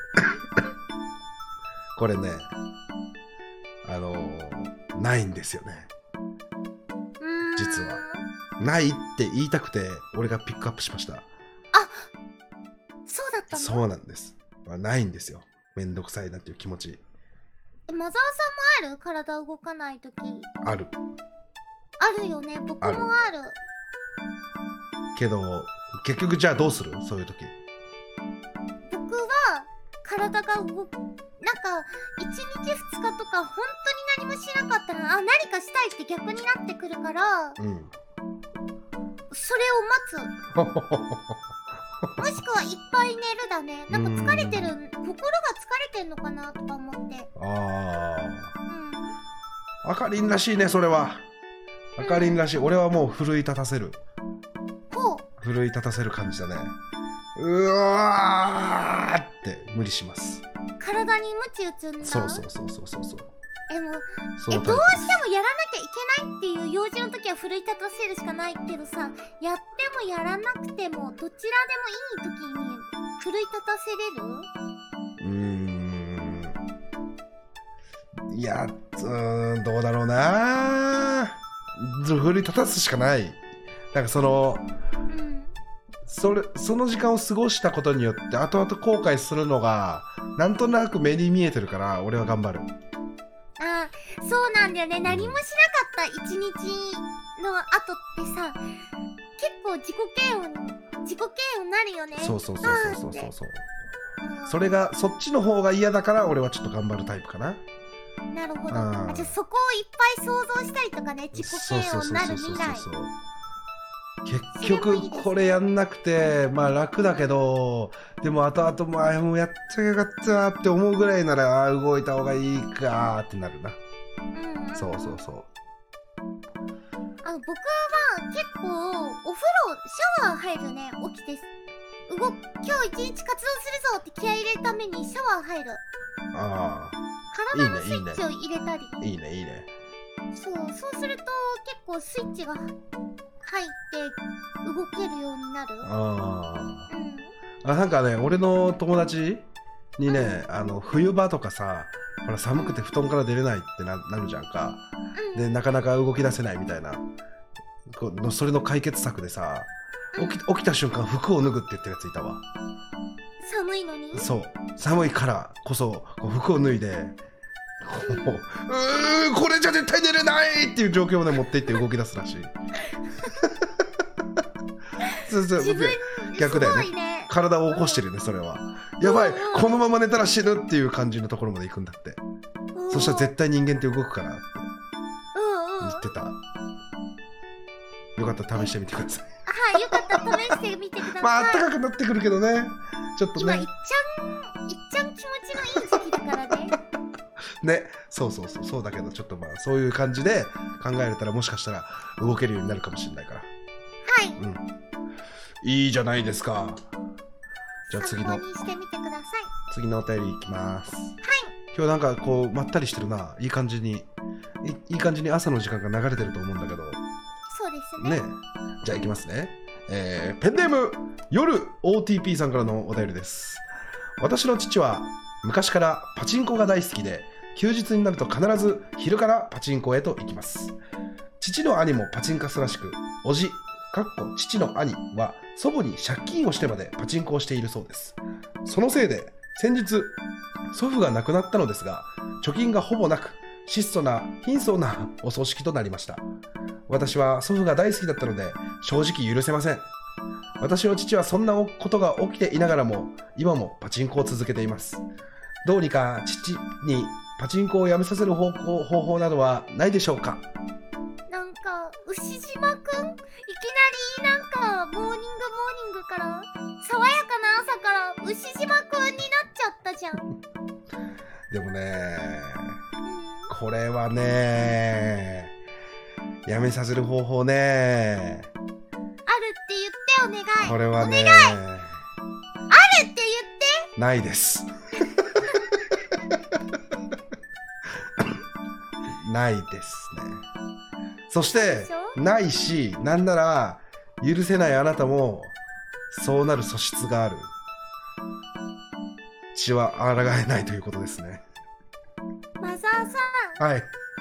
これね、あのー、ないんですよね、実は。ないって言いたくて俺がピックアップしました。あ、 そうだったの？ そうなんです。ないんですよ、めんどくさいなっていう気持ち。 マザーさんもある？体動かないとき。 ある。 あるよね、僕もある。あるけど結局じゃあどうする？そういう時。 僕は体が動く、なんかいちにちふつかとか本当に何もしなかったら、あ、何かしたいって逆になってくるから、うん、それを待つ。もしくはいっぱい寝るだね。なんか疲れてる、心が疲れてんのかなとか思って。 ああ、うん、あかりんらしいね、それは。あかりんらしい、うん、俺はもう奮い立たせる。 ほう。 奮い立たせる感じだね。うわーって無理します。 体に鞭打つんだ。 そうそうそうそうそうそう。 え、もうえどうしてもやらなきゃいけないっていう用事の時は奮い立たせるしかないけどさ、やってもやらなくてもどちらでもいい時に奮い立たせれる？ うーん、 いや、うーん、どうだろうな。奮い立たすしかない。なんかその、 うん、 それその時間を過ごしたことによって後々後悔するのがなんとなく目に見えてるから、俺は頑張る。 あ、そうなんだよね。何もしなかった一日の後ってさ、結構自己嫌悪自己嫌悪になるよね。 そうそうそうそうそうそうそう、うん、それがそっちの方が嫌だから俺はちょっと頑張るタイプかな。 なるほど。あ、じゃあそこをいっぱい想像したりとかね、自己嫌悪になる未来。 結局これやんなくてまあ楽だけど、でも後々もあもうやっちゃよかったなって思うぐらいなら、あ動いた方がいいかってなるな。うん、うん、そうそうそう。 あ、僕は結構お風呂シャワー入るね。起きて動今日一日活動するぞって気合い入れるためにシャワー入る。ああ、体のスイッチを入れたり。 いいねいいね。 そう、そうすると結構スイッチが入って動けるようになる。ああ、うん、あ、なんかね、俺の友達にね、うん、あの冬場とかさ、ほら寒くて布団から出れないって な, なるじゃんか、うん、でなかなか動き出せないみたいな、このそれの解決策でさ、起 き, 起きた瞬間服を脱ぐって言ってるやついたわ。 寒いのに。 そう、寒いからこそこう服を脱いで、うん、うーこれじゃ絶対寝れないっていう状況まで持っていって動き出すらしい。そうそう、自分逆だよ ね, ね体を起こしてるよね、それは。やばい、うんうん、このまま寝たら死ぬっていう感じのところまで行くんだって。そしたら絶対人間って動くからって言ってた。よかったら試してみてください。 はい、よかったら試してみてください。 まあ暖かくなってくるけどね、ちょっとね、 今いっちゃんいっちゃん気持ちのいい時期だからね。 ね、そうそうそう、そうだけど、ちょっとまあそういう感じで考えれたら、もしかしたら動けるようになるかもしれないから。 はい、うん、 いいじゃないですか。じゃあ次のしてみてください。 次のお便りいきます。 はい。 今日なんかこうまったりしてるな。いい感じに い, いい感じに朝の時間が流れてると思うんだけど。 そうですね。 ね、じゃあいきますね。えー、ペンネーム夜 オーティーピー さんからのお便りです。私の父は昔からパチンコが大好きで、休日になると必ず昼からパチンコへと行きます。父の兄もパチンカスらしく、おじかっこ父の兄は祖母に借金をしてまでパチンコをしているそうです。そのせいで先日祖父が亡くなったのですが、貯金がほぼなく質素な貧相なお葬式となりました。私は祖父が大好きだったので正直許せません。私の父はそんなことが起きていながらも今もパチンコを続けています。どうにか父にパチンコをやめさせる方法、方法などはないでしょうか。 なんか牛島くん、いきなりなんかモーニングモーニングから爽やかな朝から牛島くんになっちゃったじゃん。 でもね、うん、これはね、やめさせる方法ね、 あるって言ってお願い。 これはね、 お願い、あるって言って。 ないですないですね。そしてないし、なんなら許せないあなたもそうなる素質がある。血は抗えないということですね。 マザーさん、 はい。 なんて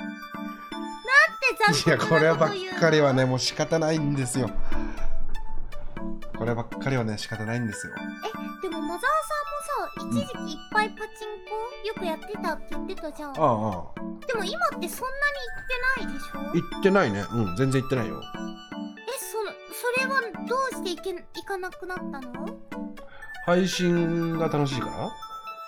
残酷なこと言うの。いや、 こればっかりはね、もう仕方ないんですよ。こればっかりはね、仕方ないんですよ。 え、でもマザーさんもさ、一時期いっぱいパチンコよくやってたって言ってたじゃん。ああ、ああ。でも今ってそんなに行ってないでしょ。 行ってないね。うん、全然行ってないよ。 え、その、それはどうして行け、行かなくなったの？ 配信が楽しいから？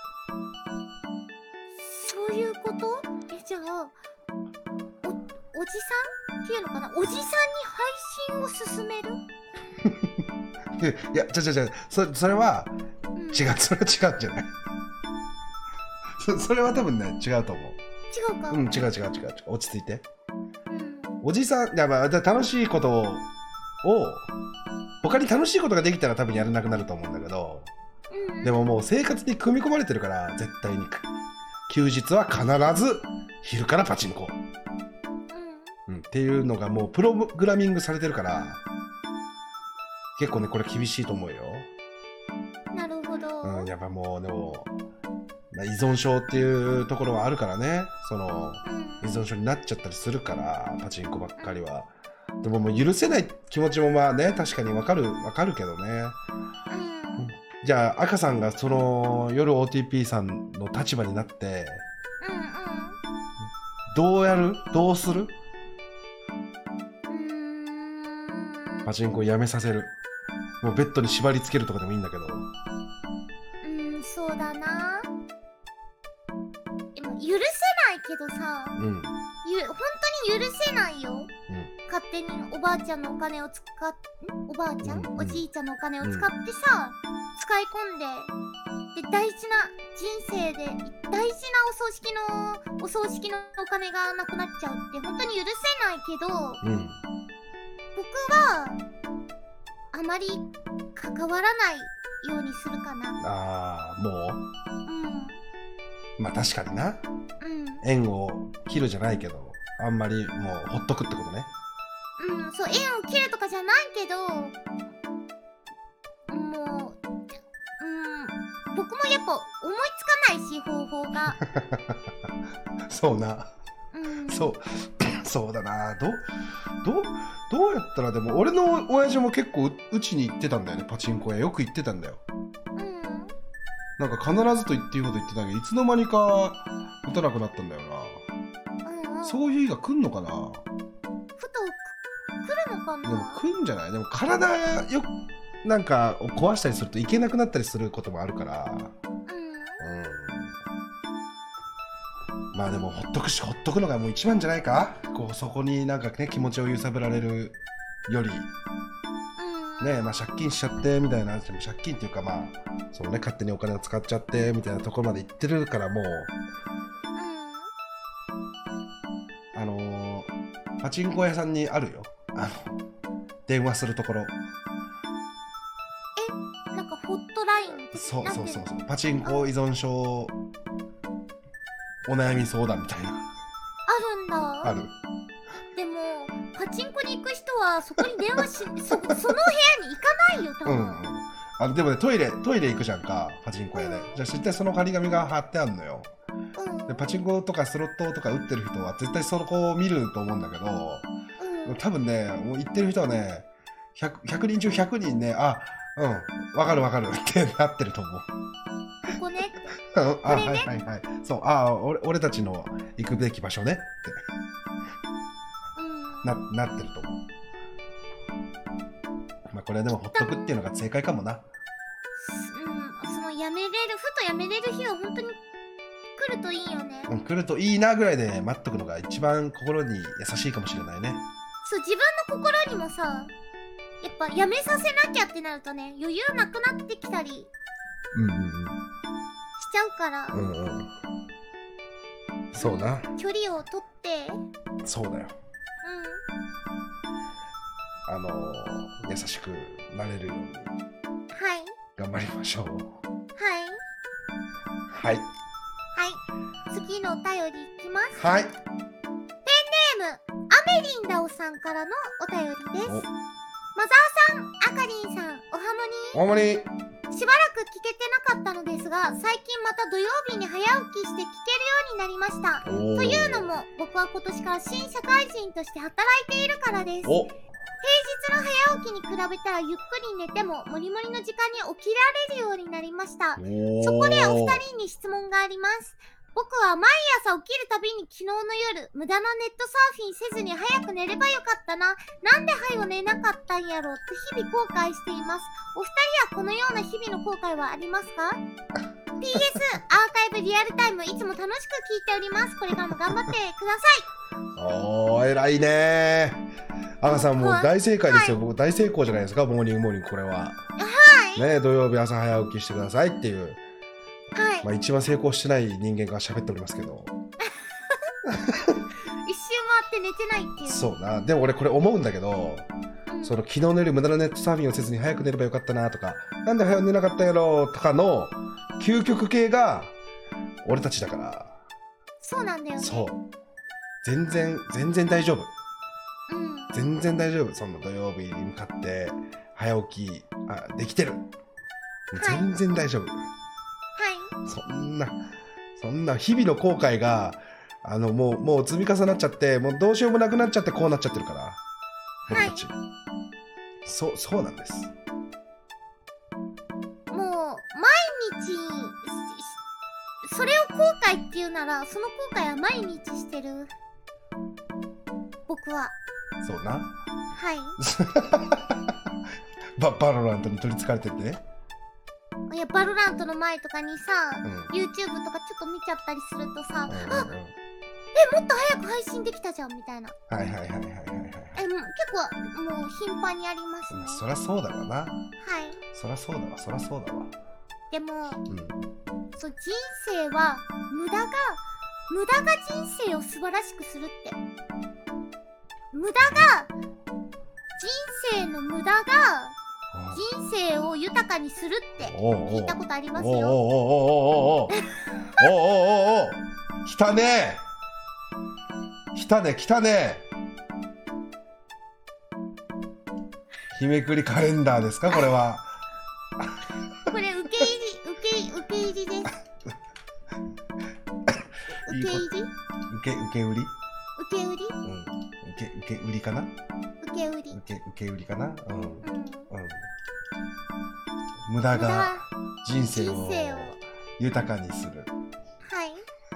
そういうこと？え、じゃあ、お、おじさんっていうのかな？おじさんに配信を勧める？ いや、ちゃちゃちゃ、そ、それは、うん、違う、それは違うんじゃないそ, それは多分ね、違うと思う。 違うか？ うん、違う違う違う違う。落ち着いて。うん、おじさん、いや、まあ、楽しいことを、他に楽しいことができたら多分やらなくなると思うんだけど、うん、でももう生活に組み込まれてるから、絶対に。休日は必ず昼からパチンコ。うん、うん、っていうのがもうプログラミングされてるから、結構ね、これ厳しいと思うよ。 なるほど。 うん、やっぱもう、でも、 まあ、依存症っていうところはあるからね、そのうん、 依存症になっちゃったりするからパチンコばっかりは。でももう許せない気持ちもまあね確かにわかるわかるけどね。 うん、 じゃあ赤さんがその夜 オーティーピー さんの立場になってどうやるどうする？ うん、うん、 パチンコをやめさせる、もうベッドに縛り付けるとかでもいいんだけど。 うん、そうだな。でも許せないけどさ、 うんうんゆ本当に許せないよ。勝手におばあちゃんのお金を使っんおばあちゃん、 うんうん、 おじいちゃんのお金を使ってさ、使い込んで、で大事な人生で大事なお葬式のお葬式のお金がなくなっちゃうって本当に許せないけど、 うん僕はあまり関わらないようにするかな。 ああもううん、 まあ確かにな、 うん、 縁を切るじゃないけどあんまりもうほっとくってことね。 うん、そう、縁を切るとかじゃないけど、もう、うん、僕もやっぱ思いつかないし、方法が。 そうな、 うん、 そうそうだな。どうどうどうやったら、でも俺の親父も結構ううちに行ってたんだよね。パチンコ屋よく行ってたんだよ。 うん、 なんか必ずと言っていいほど言ってたけどいつの間にか打たなくなったんだよな。 うん、 そういう日が来んのかな。 ふと来るのかでもな。 来んじゃない。でも体よなんかを壊したりするといけなくなったりすることもあるから、 うん、 うん、まあでもほっとくしほっとくのがもう一番じゃないか。こうそこになんかね気持ちを揺さぶられるよりうん、 ね、まあ借金しちゃってみたいな、でも借金っていうかまあそのね勝手にお金を使っちゃってみたいなところまで行ってるから、もうあのー、パチンコ屋さんにあるよ、あの電話するところ。 え、なんかホットラインってそうそうそうなってるそう、パチンコ依存症お悩み相談みたいなあるんだ。 ある。 でもパチンコに行く人はそこに電話しそその部屋に行かないよ多分。 うん、うん、あでもねトイレトイレ行くじゃんかパチンコ屋で、 うん、 じゃあ絶対その張り紙が貼ってあるのよ。 うん、 でパチンコとかスロットとか打ってる人は絶対そこを見ると思うんだけど、 うん、 多分ねもう言ってる人はね ひゃく, ひゃくにん中ひゃくにんね、あうんわかるわかるってなってると思う。 ここねってあ、 これね、 はいはいはい、そうあ俺俺たちの行くべき場所ねってうん、 ななってると思う。まあこれはでもほっとくっていうのが正解かもな。 うん、そのやめれるふとやめれる日は本当に来るといいよね。 うん、来るといいなぐらいで待っとくのが一番心に優しいかもしれないね。 そう、自分の心にもさ、やっぱやめさせなきゃってなるとね、余裕なくなってきたりしうんうんちゃうから、 うんうんうん、そうな、 距離を取って、 そうだよ、 うん、 あのー、優しくなれるようにはい頑張りましょう。 はいはいはい、次のお便りいきます。 はい、 ペンネームアメリンダオさんからのお便りです。マザーさん、アカリンさん、おはおもにもにしばらく聞けてなかったのですが、最近また土曜日に早起きして聞けるようになりました。というのも、僕は今年から新社会人として働いているからです。 お平日の早起きに比べたらゆっくり寝てもモリモリの時間に起きられるようになりました。そこでお二人に質問があります。僕は毎朝起きるたびに昨日の夜無駄なネットサーフィンせずに早く寝ればよかったな、なんで早く寝なかったんやろと日々後悔しています。お二人はこのような日々の後悔はありますか？ ピーエス アーカイブリアルタイムいつも楽しく聞いております。これからも頑張ってください。 おー偉いねー、赤さんもう大正解ですよ、はい、僕大成功じゃないですか。モーニングモーニングこれははいね、土曜日朝早起きしてくださいっていう、 はい、 まあ一番成功してない人間が喋っておりますけど一周回って寝てないっていう。 そうな。でも俺これ思うんだけど、うん、その昨日の夜無駄なネットサーフィンをせずに早く寝ればよかったなとか、なんで早く寝なかったやろとかの究極系が俺たちだから。 そうなんだよね。 そう全然全然大丈夫、 うん、 全然大丈夫。その土曜日に向かって早起きあできてる、はい、全然大丈夫。 はい、 そんなそんな日々の後悔があのもうもう積み重なっちゃってもうどうしようもなくなっちゃってこうなっちゃってるから僕たち、はい、そうそうなんです。 もう毎日それを後悔っていうならその後悔は毎日してる僕は。 そうな。 はいバ, バロラントに取りつかれてて、 いやバロラントの前とかにさ、 うん、 YouTube とかちょっと見ちゃったりするとさ、うんうんうん、あえもっと早く配信できたじゃんみたいな。 はいはいはいはいはいはい。 えもう結構もう頻繁にありますね。 そりゃそうだわな。はい。そりゃそうだわそりゃそうだわ。 でも、うん、そう人生は無駄が無駄が人生を素晴らしくするって。無駄が人生の無駄が人生を豊かにするって聞いたことありますよ。おおおおおおおおおお来たね来たね来たね。日めくりカレンダーですかこれは。 これ受け入り受け受け入りです。受け入り受け受け売り受け売り、うん、 受け受け売りかな。 受け売り受け受け売りかな。うん、うんうん、無駄が人生を豊かにする。 はい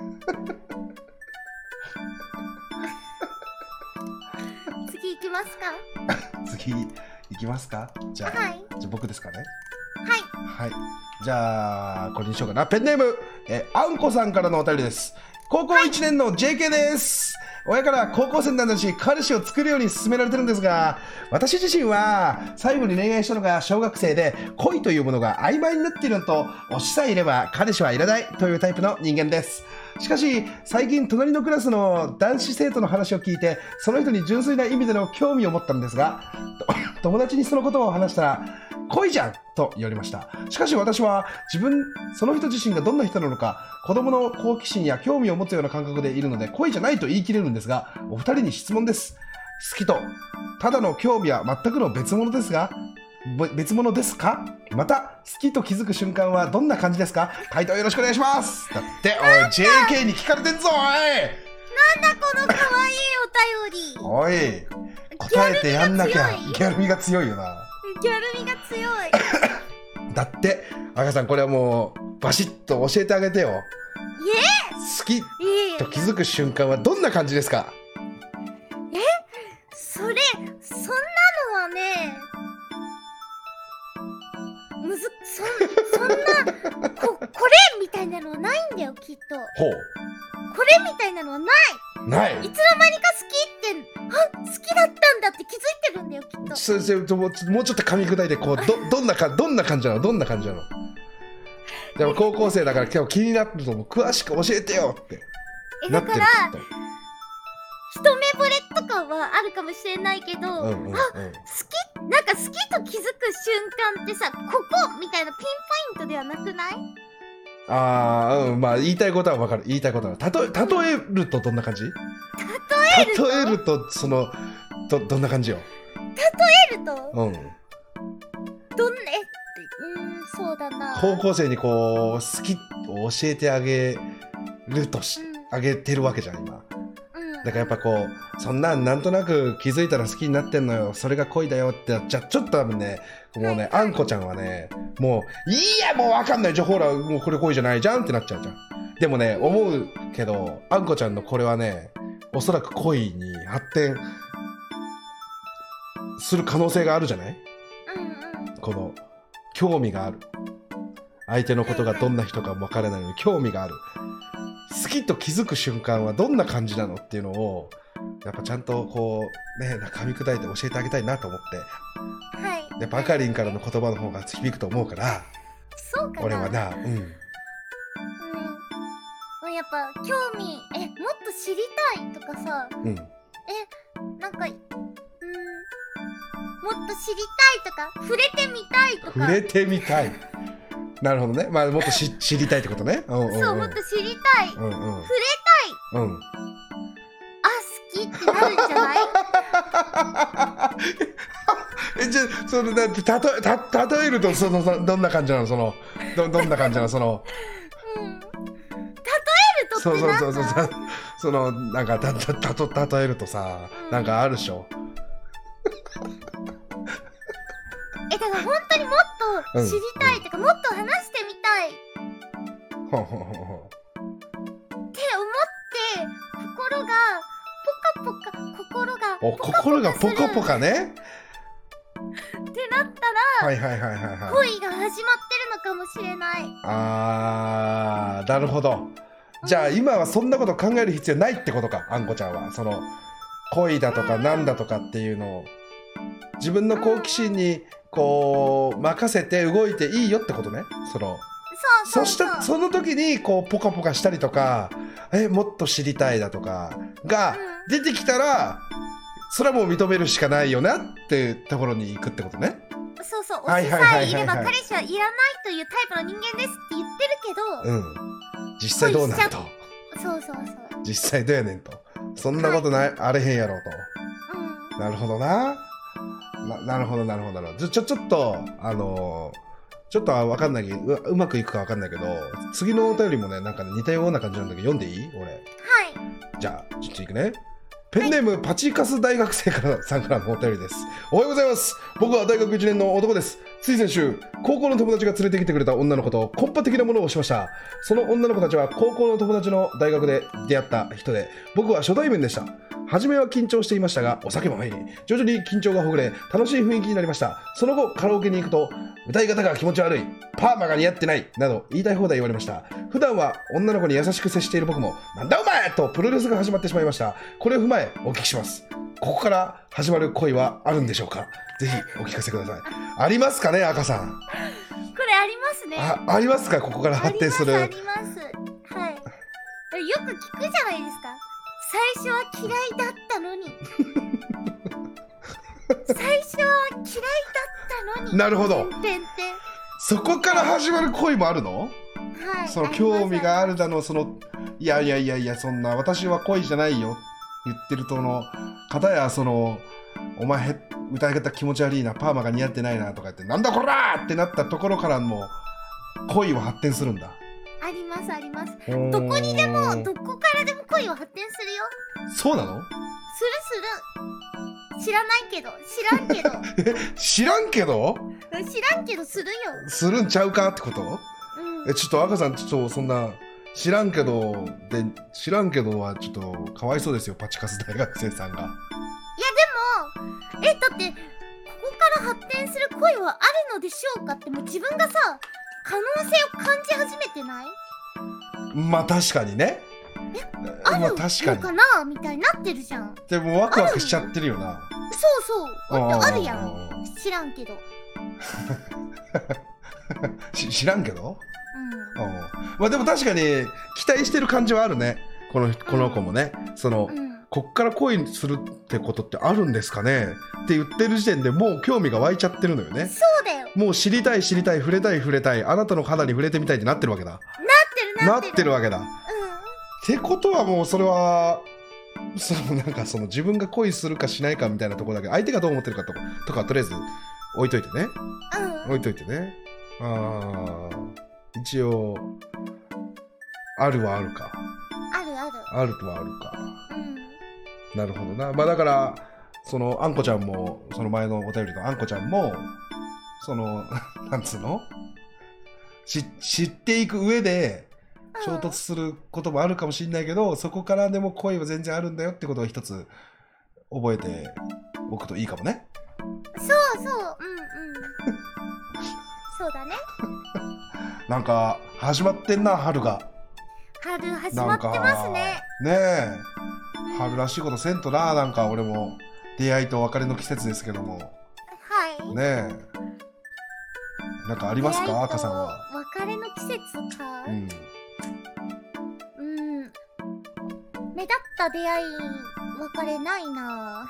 次行きますか。 次行きますか。じゃあ、はい、じゃあ僕ですかね。 はいはい。じゃあこれにしようかな。ペンネームえあんこさんからのお便りです。高校いちねんの ジェーケー です。親から高校生なんだし彼氏を作るように勧められてるんですが、私自身は最後に恋愛したのが小学生で恋というものが曖昧になっているのと推しさえいれば彼氏はいらないというタイプの人間です。しかし最近隣のクラスの男子生徒の話を聞いてその人に純粋な意味での興味を持ったんですが友達にそのことを話したら恋じゃんと言われました。しかし私は自分その人自身がどんな人なのか子供の好奇心や興味を持つような感覚でいるので恋じゃないと言い切れるんですが、お二人に質問です。好きとただの興味は全くの別物ですが別物ですか。また好きと気づく瞬間はどんな感じですか。回答よろしくお願いします。だっておい ジェーケー に聞かれてんぞおい。 なんだこの可愛いお便り。おい答えてやんなきゃ。ギャル味が強いよな。 ギャル味が強いだって赤さんこれはもうバシッと教えてあげてよ。好きと気づく瞬間はどんな感じですか。 えそれそんなのはねむずそそんな こ, これみたいなのはないんだよきっと。 ほうこれみたいなのはないない。 いつの間にか好きってあ好きだったんだって気づいてるんだよきっと。 そそもうちょっと噛み砕いてこう ど, どんなかどんな感じなのどんな感じなの。でも高校生だから今日気になってると思う。詳しく教えてよってえだから一目惚れとかはあるかもしれないけど、うんうんうん、あ好きなんか好きと気づく瞬間ってさここみたいなピンポイントではなくない。 あー、うん、まあ言いたいことは分かる。言いたいことはたと例えるとどんな感じ。例えると例えるとその ど, どんな感じよ。 例えるとうんどんなえうんそうだな。 高校生にこう好きを教えてあげるとし、うん、あげてるわけじゃん今、うん、だからやっぱこうそんなんなんとなく気づいたら好きになってんのよそれが恋だよってじゃちょっと多分ねもうね、はいはい、あんこちゃんはねもういいやもう分かんないじゃほらもうこれ恋じゃないじゃんってなっちゃうじゃん。でもね思うけどあんこちゃんのこれはねおそらく恋に発展する可能性があるじゃない、うんうん、この興味がある相手のことがどんな人か分からないのに興味がある好きと気づく瞬間はどんな感じなのっていうのをやっぱちゃんとこうね噛み砕いて教えてあげたいなと思って、はい、やっぱあかりんからの言葉の方が響くと思うからそうかな俺はなうん、うん、 やっぱ興味えもっと知りたいとかさ、うん、えなんかうんもっと知りたいとか触れてみたいとか触れてみたいなるほどね。まあもっとし知りたいってことね。うんうんうん、 そうもっと知りたい、うんうん、触れたい、うん、あ好きってなるんじゃないえじゃあそのだってたとた例えるとそのどんな感じなのその ど, どんな感じなのその、 うん、例そうそうそうそうそうそのなんかたたたと例えるとさ、うん、なんかあるでしょえだから本当にもっと知りたい、うん、とかもっと話してみたい、うん、って思って心がポカポカ心がお心がポカポカねってなったら、はいはいはいはいはい、恋が始まってるのかもしれない。 あーなるほど。じゃあ今はそんなこと考える必要ないってことか、あんこちゃんは。その恋だとかなんだとかっていうのを自分の好奇心にこう任せて動いていいよってことね。そのそうそうそう。 そしたその時にこうポカポカしたりとか、えもっと知りたいだとかが出てきたら、それはもう認めるしかないよなっていうところに行くってことね。 そうそう、推しさえいれば彼氏はいらないというタイプの人間ですって言ってるけど、うん、 実際どうなんと。 そうそうそう。 実際どうやねんと。そんなことない、はい、あれへんやろうと。うん、なるほどな。ななるほどなるほどなるほど。ちょちょっとあのー、ちょっとわかんないけど う, うまくいくかわかんないけど、次のお便りもねなんか、ね、似たような感じなんだけど読んでいい？俺。はい。じゃあちょっといくね。ペンネーム、はい、パチカス大学生からさんからのお便りです。おはようございます。僕は大学いちねんの男です。つい先週、高校の友達が連れてきてくれた女の子とコンパ的なものをしました。その女の子たちは高校の友達の大学で出会った人で、僕は初対面でした。初めは緊張していましたが、お酒も入り、徐々に緊張がほぐれ、楽しい雰囲気になりました。その後、カラオケに行くと、歌い方が気持ち悪い、パーマが似合ってない、など言いたい放題言われました。普段は女の子に優しく接している僕も、なんだお前とプロレスが始まってしまいました。これを踏まえ、お聞きします。ここから始まる恋はあるんでしょうか？ぜひお聞かせください。ありますかね、赤さん。これありますね。 あ、ありますか？ここから発展する。 あります、あります。はい。よく聞くじゃないですか。最初は嫌いだったのに最初は嫌いだったのに。 なるほど。そこから始まる恋もあるの？はい。その興味があるだの、そのいやいやいやいや、そんな私は恋じゃないよ言ってるとの方や、そのお前歌い方気持ち悪いな、パーマが似合ってないなとか言って、なんだこらーってなったところからも恋は発展するんだ。 ありますあります。どこにでもどこからでも恋は発展するよ。 そうなの？ するする。知らないけど知らんけど知らんけど知らんけどするよ。 するんちゃうかってこと？うん、えちょっと赤さん、ちょっとそんな知らんけどで知らんけどはちょっとかわいそうですよ、パチカス大学生さんが。いやでもえだってここから発展する恋はあるのでしょうかって、もう自分がさ可能性を感じ始めてない？ まあ確かにね。 え、あるのかなみたいになってるじゃん。 でもワクワクしちゃってるよな。 そうそう、あるやん。知らんけど知らんけど、うん、まあでも確かに期待してる感じはあるね、このこの子もね。その、うん、こっから恋するってことってあるんですかねって言ってる時点でもう興味が湧いちゃってるのよね。 そうだよ。 もう知りたい知りたい、触れたい触れたい、あなたの肌に触れてみたいってなってるわけだ。なってるなってるなってるわけだ、うん、ってことはもうそれはそのなんかその自分が恋するかしないかみたいなところだけど、相手がどう思ってるかとかとかとりあえず置いといてね、うん、置いといてね。あー、一応あるはあるか。 あるあるあるとはあるか、うん、なるほどな。まあだからそのあんこちゃんも、その前のお便りのあんこちゃんもそのなんつうの、し知っていく上で衝突することもあるかもしれないけど、うん、そこからでも恋は全然あるんだよってことを一つ覚えておくといいかもね。 そうそう、うんうんそうだねなんか始まってんな、春が。 春始まってますね。 ねえ、うん、春らしいことせんとな。なんか俺も出会いと別れの季節ですけども。 はいねえ、なんかありますか、赤さんは。 別れの季節か。うん、うん、目立った出会い別れないな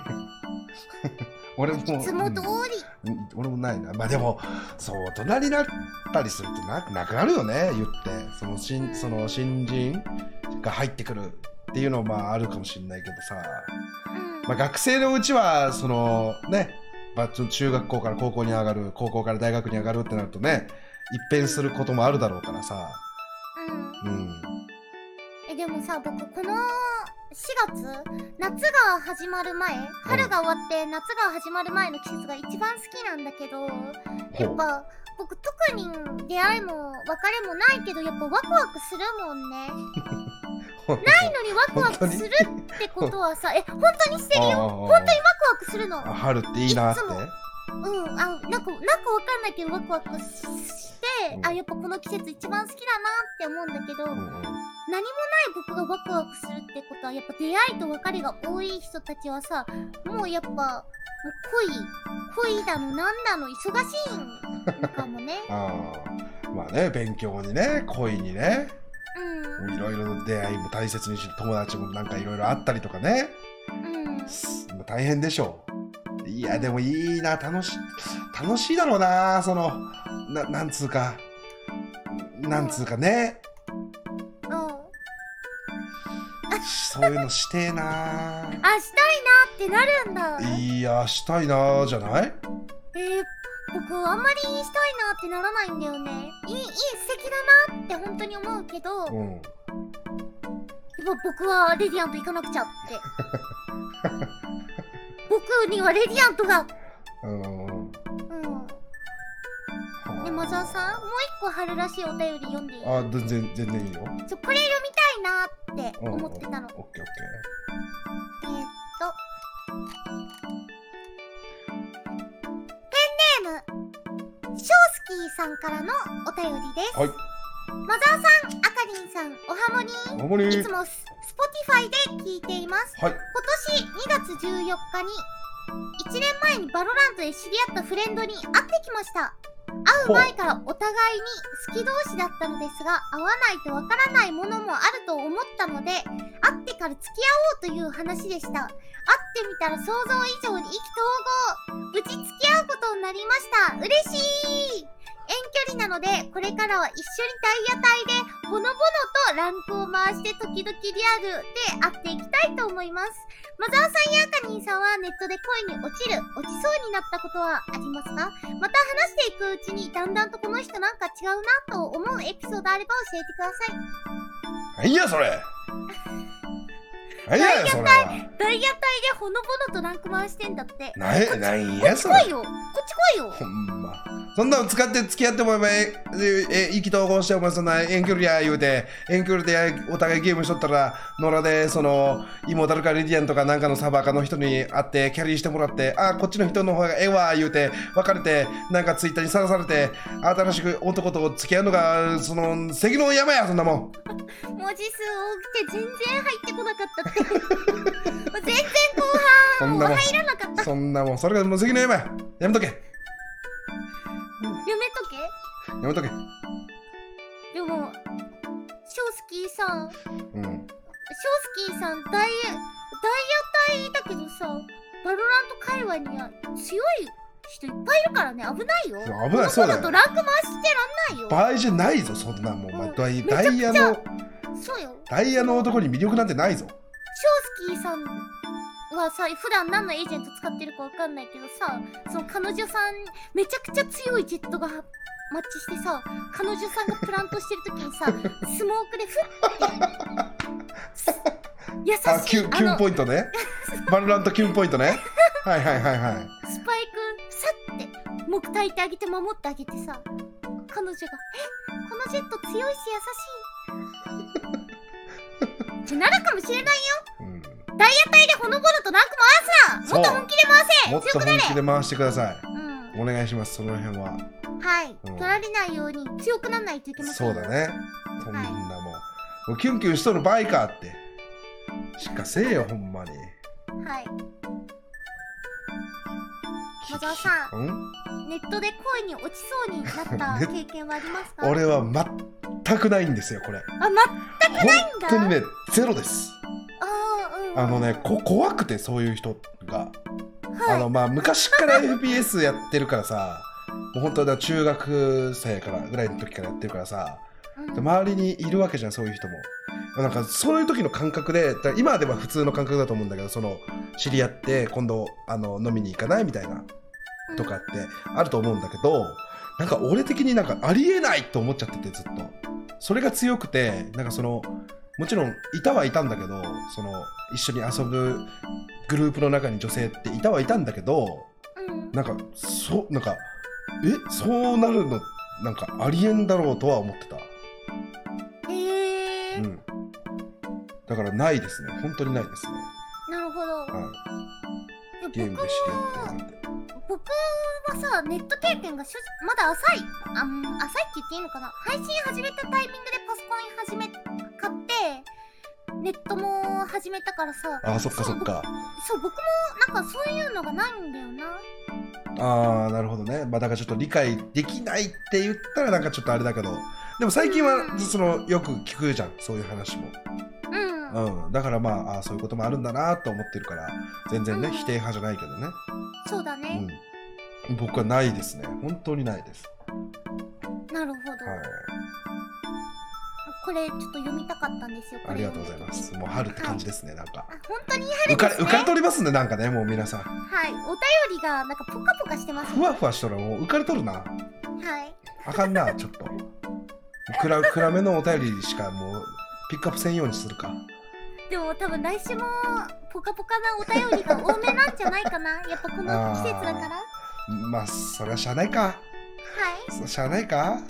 俺もいつも通り、 うん、俺もないな。まあでもそう大人になったりすると な, なくなるよね、言って。その新その新人が入ってくるっていうのもまああるかもしれないけどさ、うん、まあ、学生のうちはそのね、まあ、中学校から高校に上がる、高校から大学に上がるってなるとね、一変することもあるだろうからさ、うん、うん、 えでもさ、僕このしがつ、夏が始まる前、春が終わって夏が始まる前の季節が一番好きなんだけど、やっぱ僕特に出会いも別れもないけど、やっぱワクワクするもんね。ないのにワクワクするってことはさ、え、本当にしてるよ。本当にワクワクするの。 春っていいなって。 うん、あ、なんか、なんかわかんないけどワクワクして、うん、あ、やっぱこの季節一番好きだなって思うんだけど、うんうん、何もない僕がワクワクするってことは、やっぱ出会いと別れが多い人たちはさ、もうやっぱ、もう恋、恋だのなんだの忙しいんかもね。 ああ、まあね、勉強にね、恋にね、 うん、 いろいろ出会いも大切にして、友達もなんかいろいろあったりとかね、 うん、 大変でしょう。いやでもいいな、楽し楽しいだろうな、そのななんつうかなんつうかね、 うん、 そういうのしてえな。 あ、したいなってなるんだ。 いや、したいなじゃない。 えー、僕あんまりしたいなってならないんだよね。いい、いい、素敵だなって本当に思うけど、うん、僕はレディアント行かなくちゃって僕にはレディアントが。うん。うん。ね、マザーさん、もう一個春らしいお便り読んでいい？ あ、全然全然いいよ。 ちょ、これ読みたいなって思ってたの。オッケーオッケー。えー、っとペンネームショースキーさんからのお便りです。はい。マザーさん、あかりんさん、おはもに。おはもに。いつもスポティファイで聞いています。はい。今年にがつじゅうよっかにいちねんまえにバロラントで知り合ったフレンドに会ってきました。会う前からお互いに好き同士だったのですが、会わないとわからないものもあると思ったので、会ってから付き合おうという話でした。会ってみたら想像以上に意気投合、無事付き合うことになりました。嬉しい。遠距離なので、これからは一緒にダイヤ隊でほのぼのとランクを回して時々リアルで会っていきたいと思います。マザーさんやあかにんさんはネットで恋に落ちる、落ちそうになったことはありますか？また話していくうちにだんだんとこの人なんか違うなと思うエピソードあれば教えてください。 はいやそれダイヤ隊、ダイヤ隊でほのぼのとランク回してんだって。 なえ、なんやそれ。 こっち来いよ、こっち来いよ。 ほんま。そんなの使って付き合ってもええ、意気投合してお前そんな遠距離や言うて、遠距離でお互いゲームしとったら、野良でその、イモータルかリディアンとかなんかのサーバーかの人に会ってキャリーしてもらって、あ、こっちの人の方がええわ言うて、別れて、なんかツイッターにさらされて、新しく男と付き合うのが、その、関の山や、そんなもん。 文字数多くて全然入ってこなかったって全然後半も入らなかった。 そんなもんそれがもう関の山や。やめとけやめとけやめとけ。 でもショースキーさん、うん、ショースキーさんダイヤダイヤ隊だけどさ、バロラント界隈には強い人いっぱいいるからね。危ないよ。 危ない。そうだよ。 とランク回してらんないよ。 場合じゃないぞそんなもん、うん、ダイダイヤのそうよ。 ダイヤの男に魅力なんてないぞ。 ショースキーさんはさ、普段何のエージェント使ってるかわかんないけどさ、その彼女さんめちゃくちゃ強いジェットがマッチしてさ、彼女さんがプラントしてる時にさスモークでフッて優しい、あ、 キュン、キュンポイントねバロラントキュンポイントねはいはいはいはい。 スパイクさって木焚いてあげて守ってあげてさ、彼女がえこのジェット強いし優しいってなるかもしれないよ、うん、ダイヤ隊でほのぼのとランク回すな。もっと本気で回せ。 もっと本気で回してください、 うん、 お願いします。その辺ははい、うん、取られないように強くならないといけませんよ。 そうだね。そんなもん、はい、もうキュンキュンしとる場合かってしかせえよほんまに。 はい。マザーさん、ネットで恋に落ちそうになった経験はありますか？ 俺は全くないんですよこれ。 あ、全くないんだ。 本当にねゼロです。 あ、うん、 あのねこ怖くてそういう人が、はい、あのまあ昔から エフピーエス やってるからさもう本当だ中学生からぐらいの時からやってるからさ、うん、周りにいるわけじゃんそういう人も。なんかそういう時の感覚で今では普通の感覚だと思うんだけど、その知り合って今度あの飲みに行かないみたいなとかってあると思うんだけど、なんか俺的になんかありえないと思っちゃっててずっとそれが強くて、なんかそのもちろんいたはいたんだけど、その一緒に遊ぶグループの中に女性っていたはいたんだけど、 うん、 なんかそうなんかえそうなるのなんかありえんだろうとは思ってた。 へえ、 うん、だからないですね、本当にないですね。 なるほど、 はい、ゲームで知り合ってなんて。 僕はさ、ネット経験が正直まだ浅い、あん浅いって言っていいのかな。配信始めたタイミングでパソコン始め買ってネットも始めたからさ。 あ、そっかそっか。 そう、僕もなんかそういうのがないんだよな。 あー、なるほどね。まあだからちょっと理解できないって言ったらなんかちょっとあれだけど、でも最近はそのよく聞くじゃん、そういう話も。 うん、 うん、だからまあ、あそういうこともあるんだなと思ってるから全然ね、うん、否定派じゃないけどね。 そうだね、 うん、僕はないですね、本当にないです。 なるほど、はい、これちょっと読みたかったんですよ。これありがとうございます。もう春って感じですね、はい、なんかあ本当に春ですね。 浮かれ取りますね、なんかね、もう皆さん。 はい、お便りがなんかポカポカしてます、ね、 ふわふわしたらもう浮かれとるな。 はい、 あかんな、ちょっと暗暗めのお便りしかもうピックアップせんようにするか。 でも多分来週もポカポカなお便りが多めなんじゃないかな。やっぱこの季節だから。 まあそれはしゃあないか。はい。しゃあないか。はい。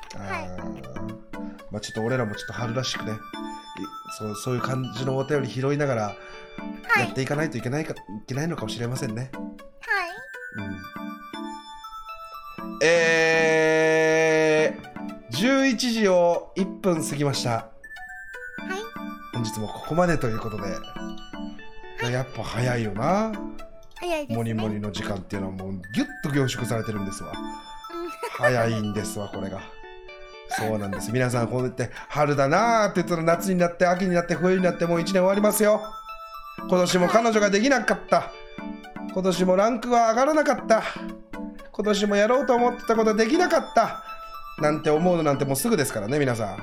まあちょっと俺らもちょっと春らしくね、そうそういう感じのお便り拾いながらやっていかないといけないか、はい、いけないのかもしれませんね。はい。うん。えー、じゅういちじをいっぷん過ぎました。はい。本日もここまでということで、はい、やっぱ早いよな。 早いですね。 モニモニの時間っていうのはもうギュッと凝縮されてるんですわ。早いんですわ、これが。そうなんです。皆さんこうやって春だなーって言ったら夏になって秋になって冬になってもういちねん終わりますよ。今年も彼女ができなかった。今年もランクは上がらなかった。今年もやろうと思ってたことできなかった。なんて思うのなんてもうすぐですからね、皆さん。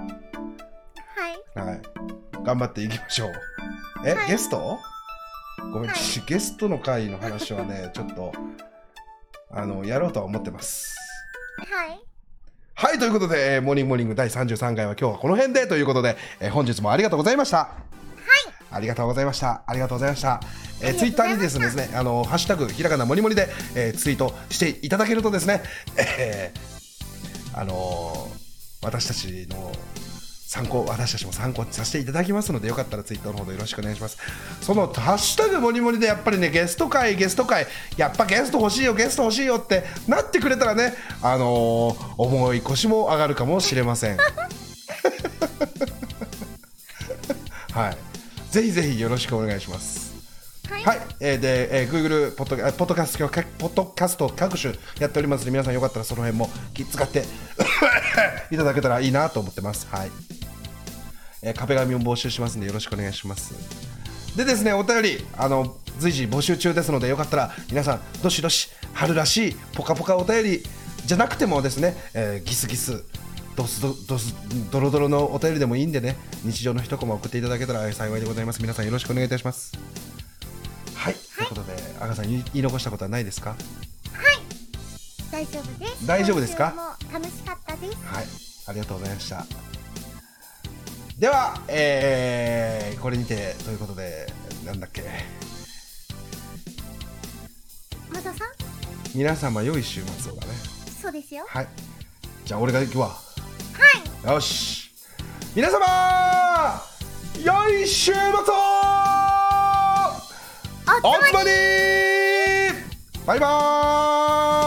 はい。はい。頑張っていきましょう。え、はい、ゲストごめん、はい、ゲストの回の話はね、ちょっと、あの、やろうとは思ってます。はい。はい、ということで、えー、モーニングモーニングだいさんじゅうさんかいは今日はこの辺でということで、えー、本日もありがとうございました。はい。ありがとうございました。ありがとうございました。えー、ツイッターにですね、あの、ハッシュタグ、ひらがなもりもりで、えー、ツイートしていただけるとですね、えー、あのー、私たちの、参考、私たちも参考にさせていただきますので、よかったらツイッターの方でよろしくお願いします。そのハッシュタグもりもりでやっぱりね、ゲスト会ゲスト会やっぱゲスト欲しいよゲスト欲しいよってなってくれたらね、あのー、重い腰も上がるかもしれません。はい、ぜひぜひよろしくお願いします。はい、はい、えー、で、えー、Google ポッド、ポッドキャスト、ポッドキャスト各種やっておりますので、皆さんよかったらその辺も使っていただけたらいいなと思ってます。はい。えー、壁紙を募集しますのでよろしくお願いします。でですね、お便りあの随時募集中ですので、よかったら皆さんどしどし春らしいポカポカお便りじゃなくてもですね、えー、ギスギスドスドドスドロドロのお便りでもいいんでね、日常の一コマ送っていただけたら幸いでございます。皆さんよろしくお願いいたします。はい、はい、ということで、あがさん言い残したことはないですか？はい、 大丈夫です。 大丈夫ですか？ もう楽しかったです。 はい、ありがとうございました。では、えー、これにてということで、なんだっけ、 まださん、 皆様良い週末をだね。そうですよ。はい、じゃあ俺が行くわ。はい、よし、皆様良い週末をおつまり。バイバーイ。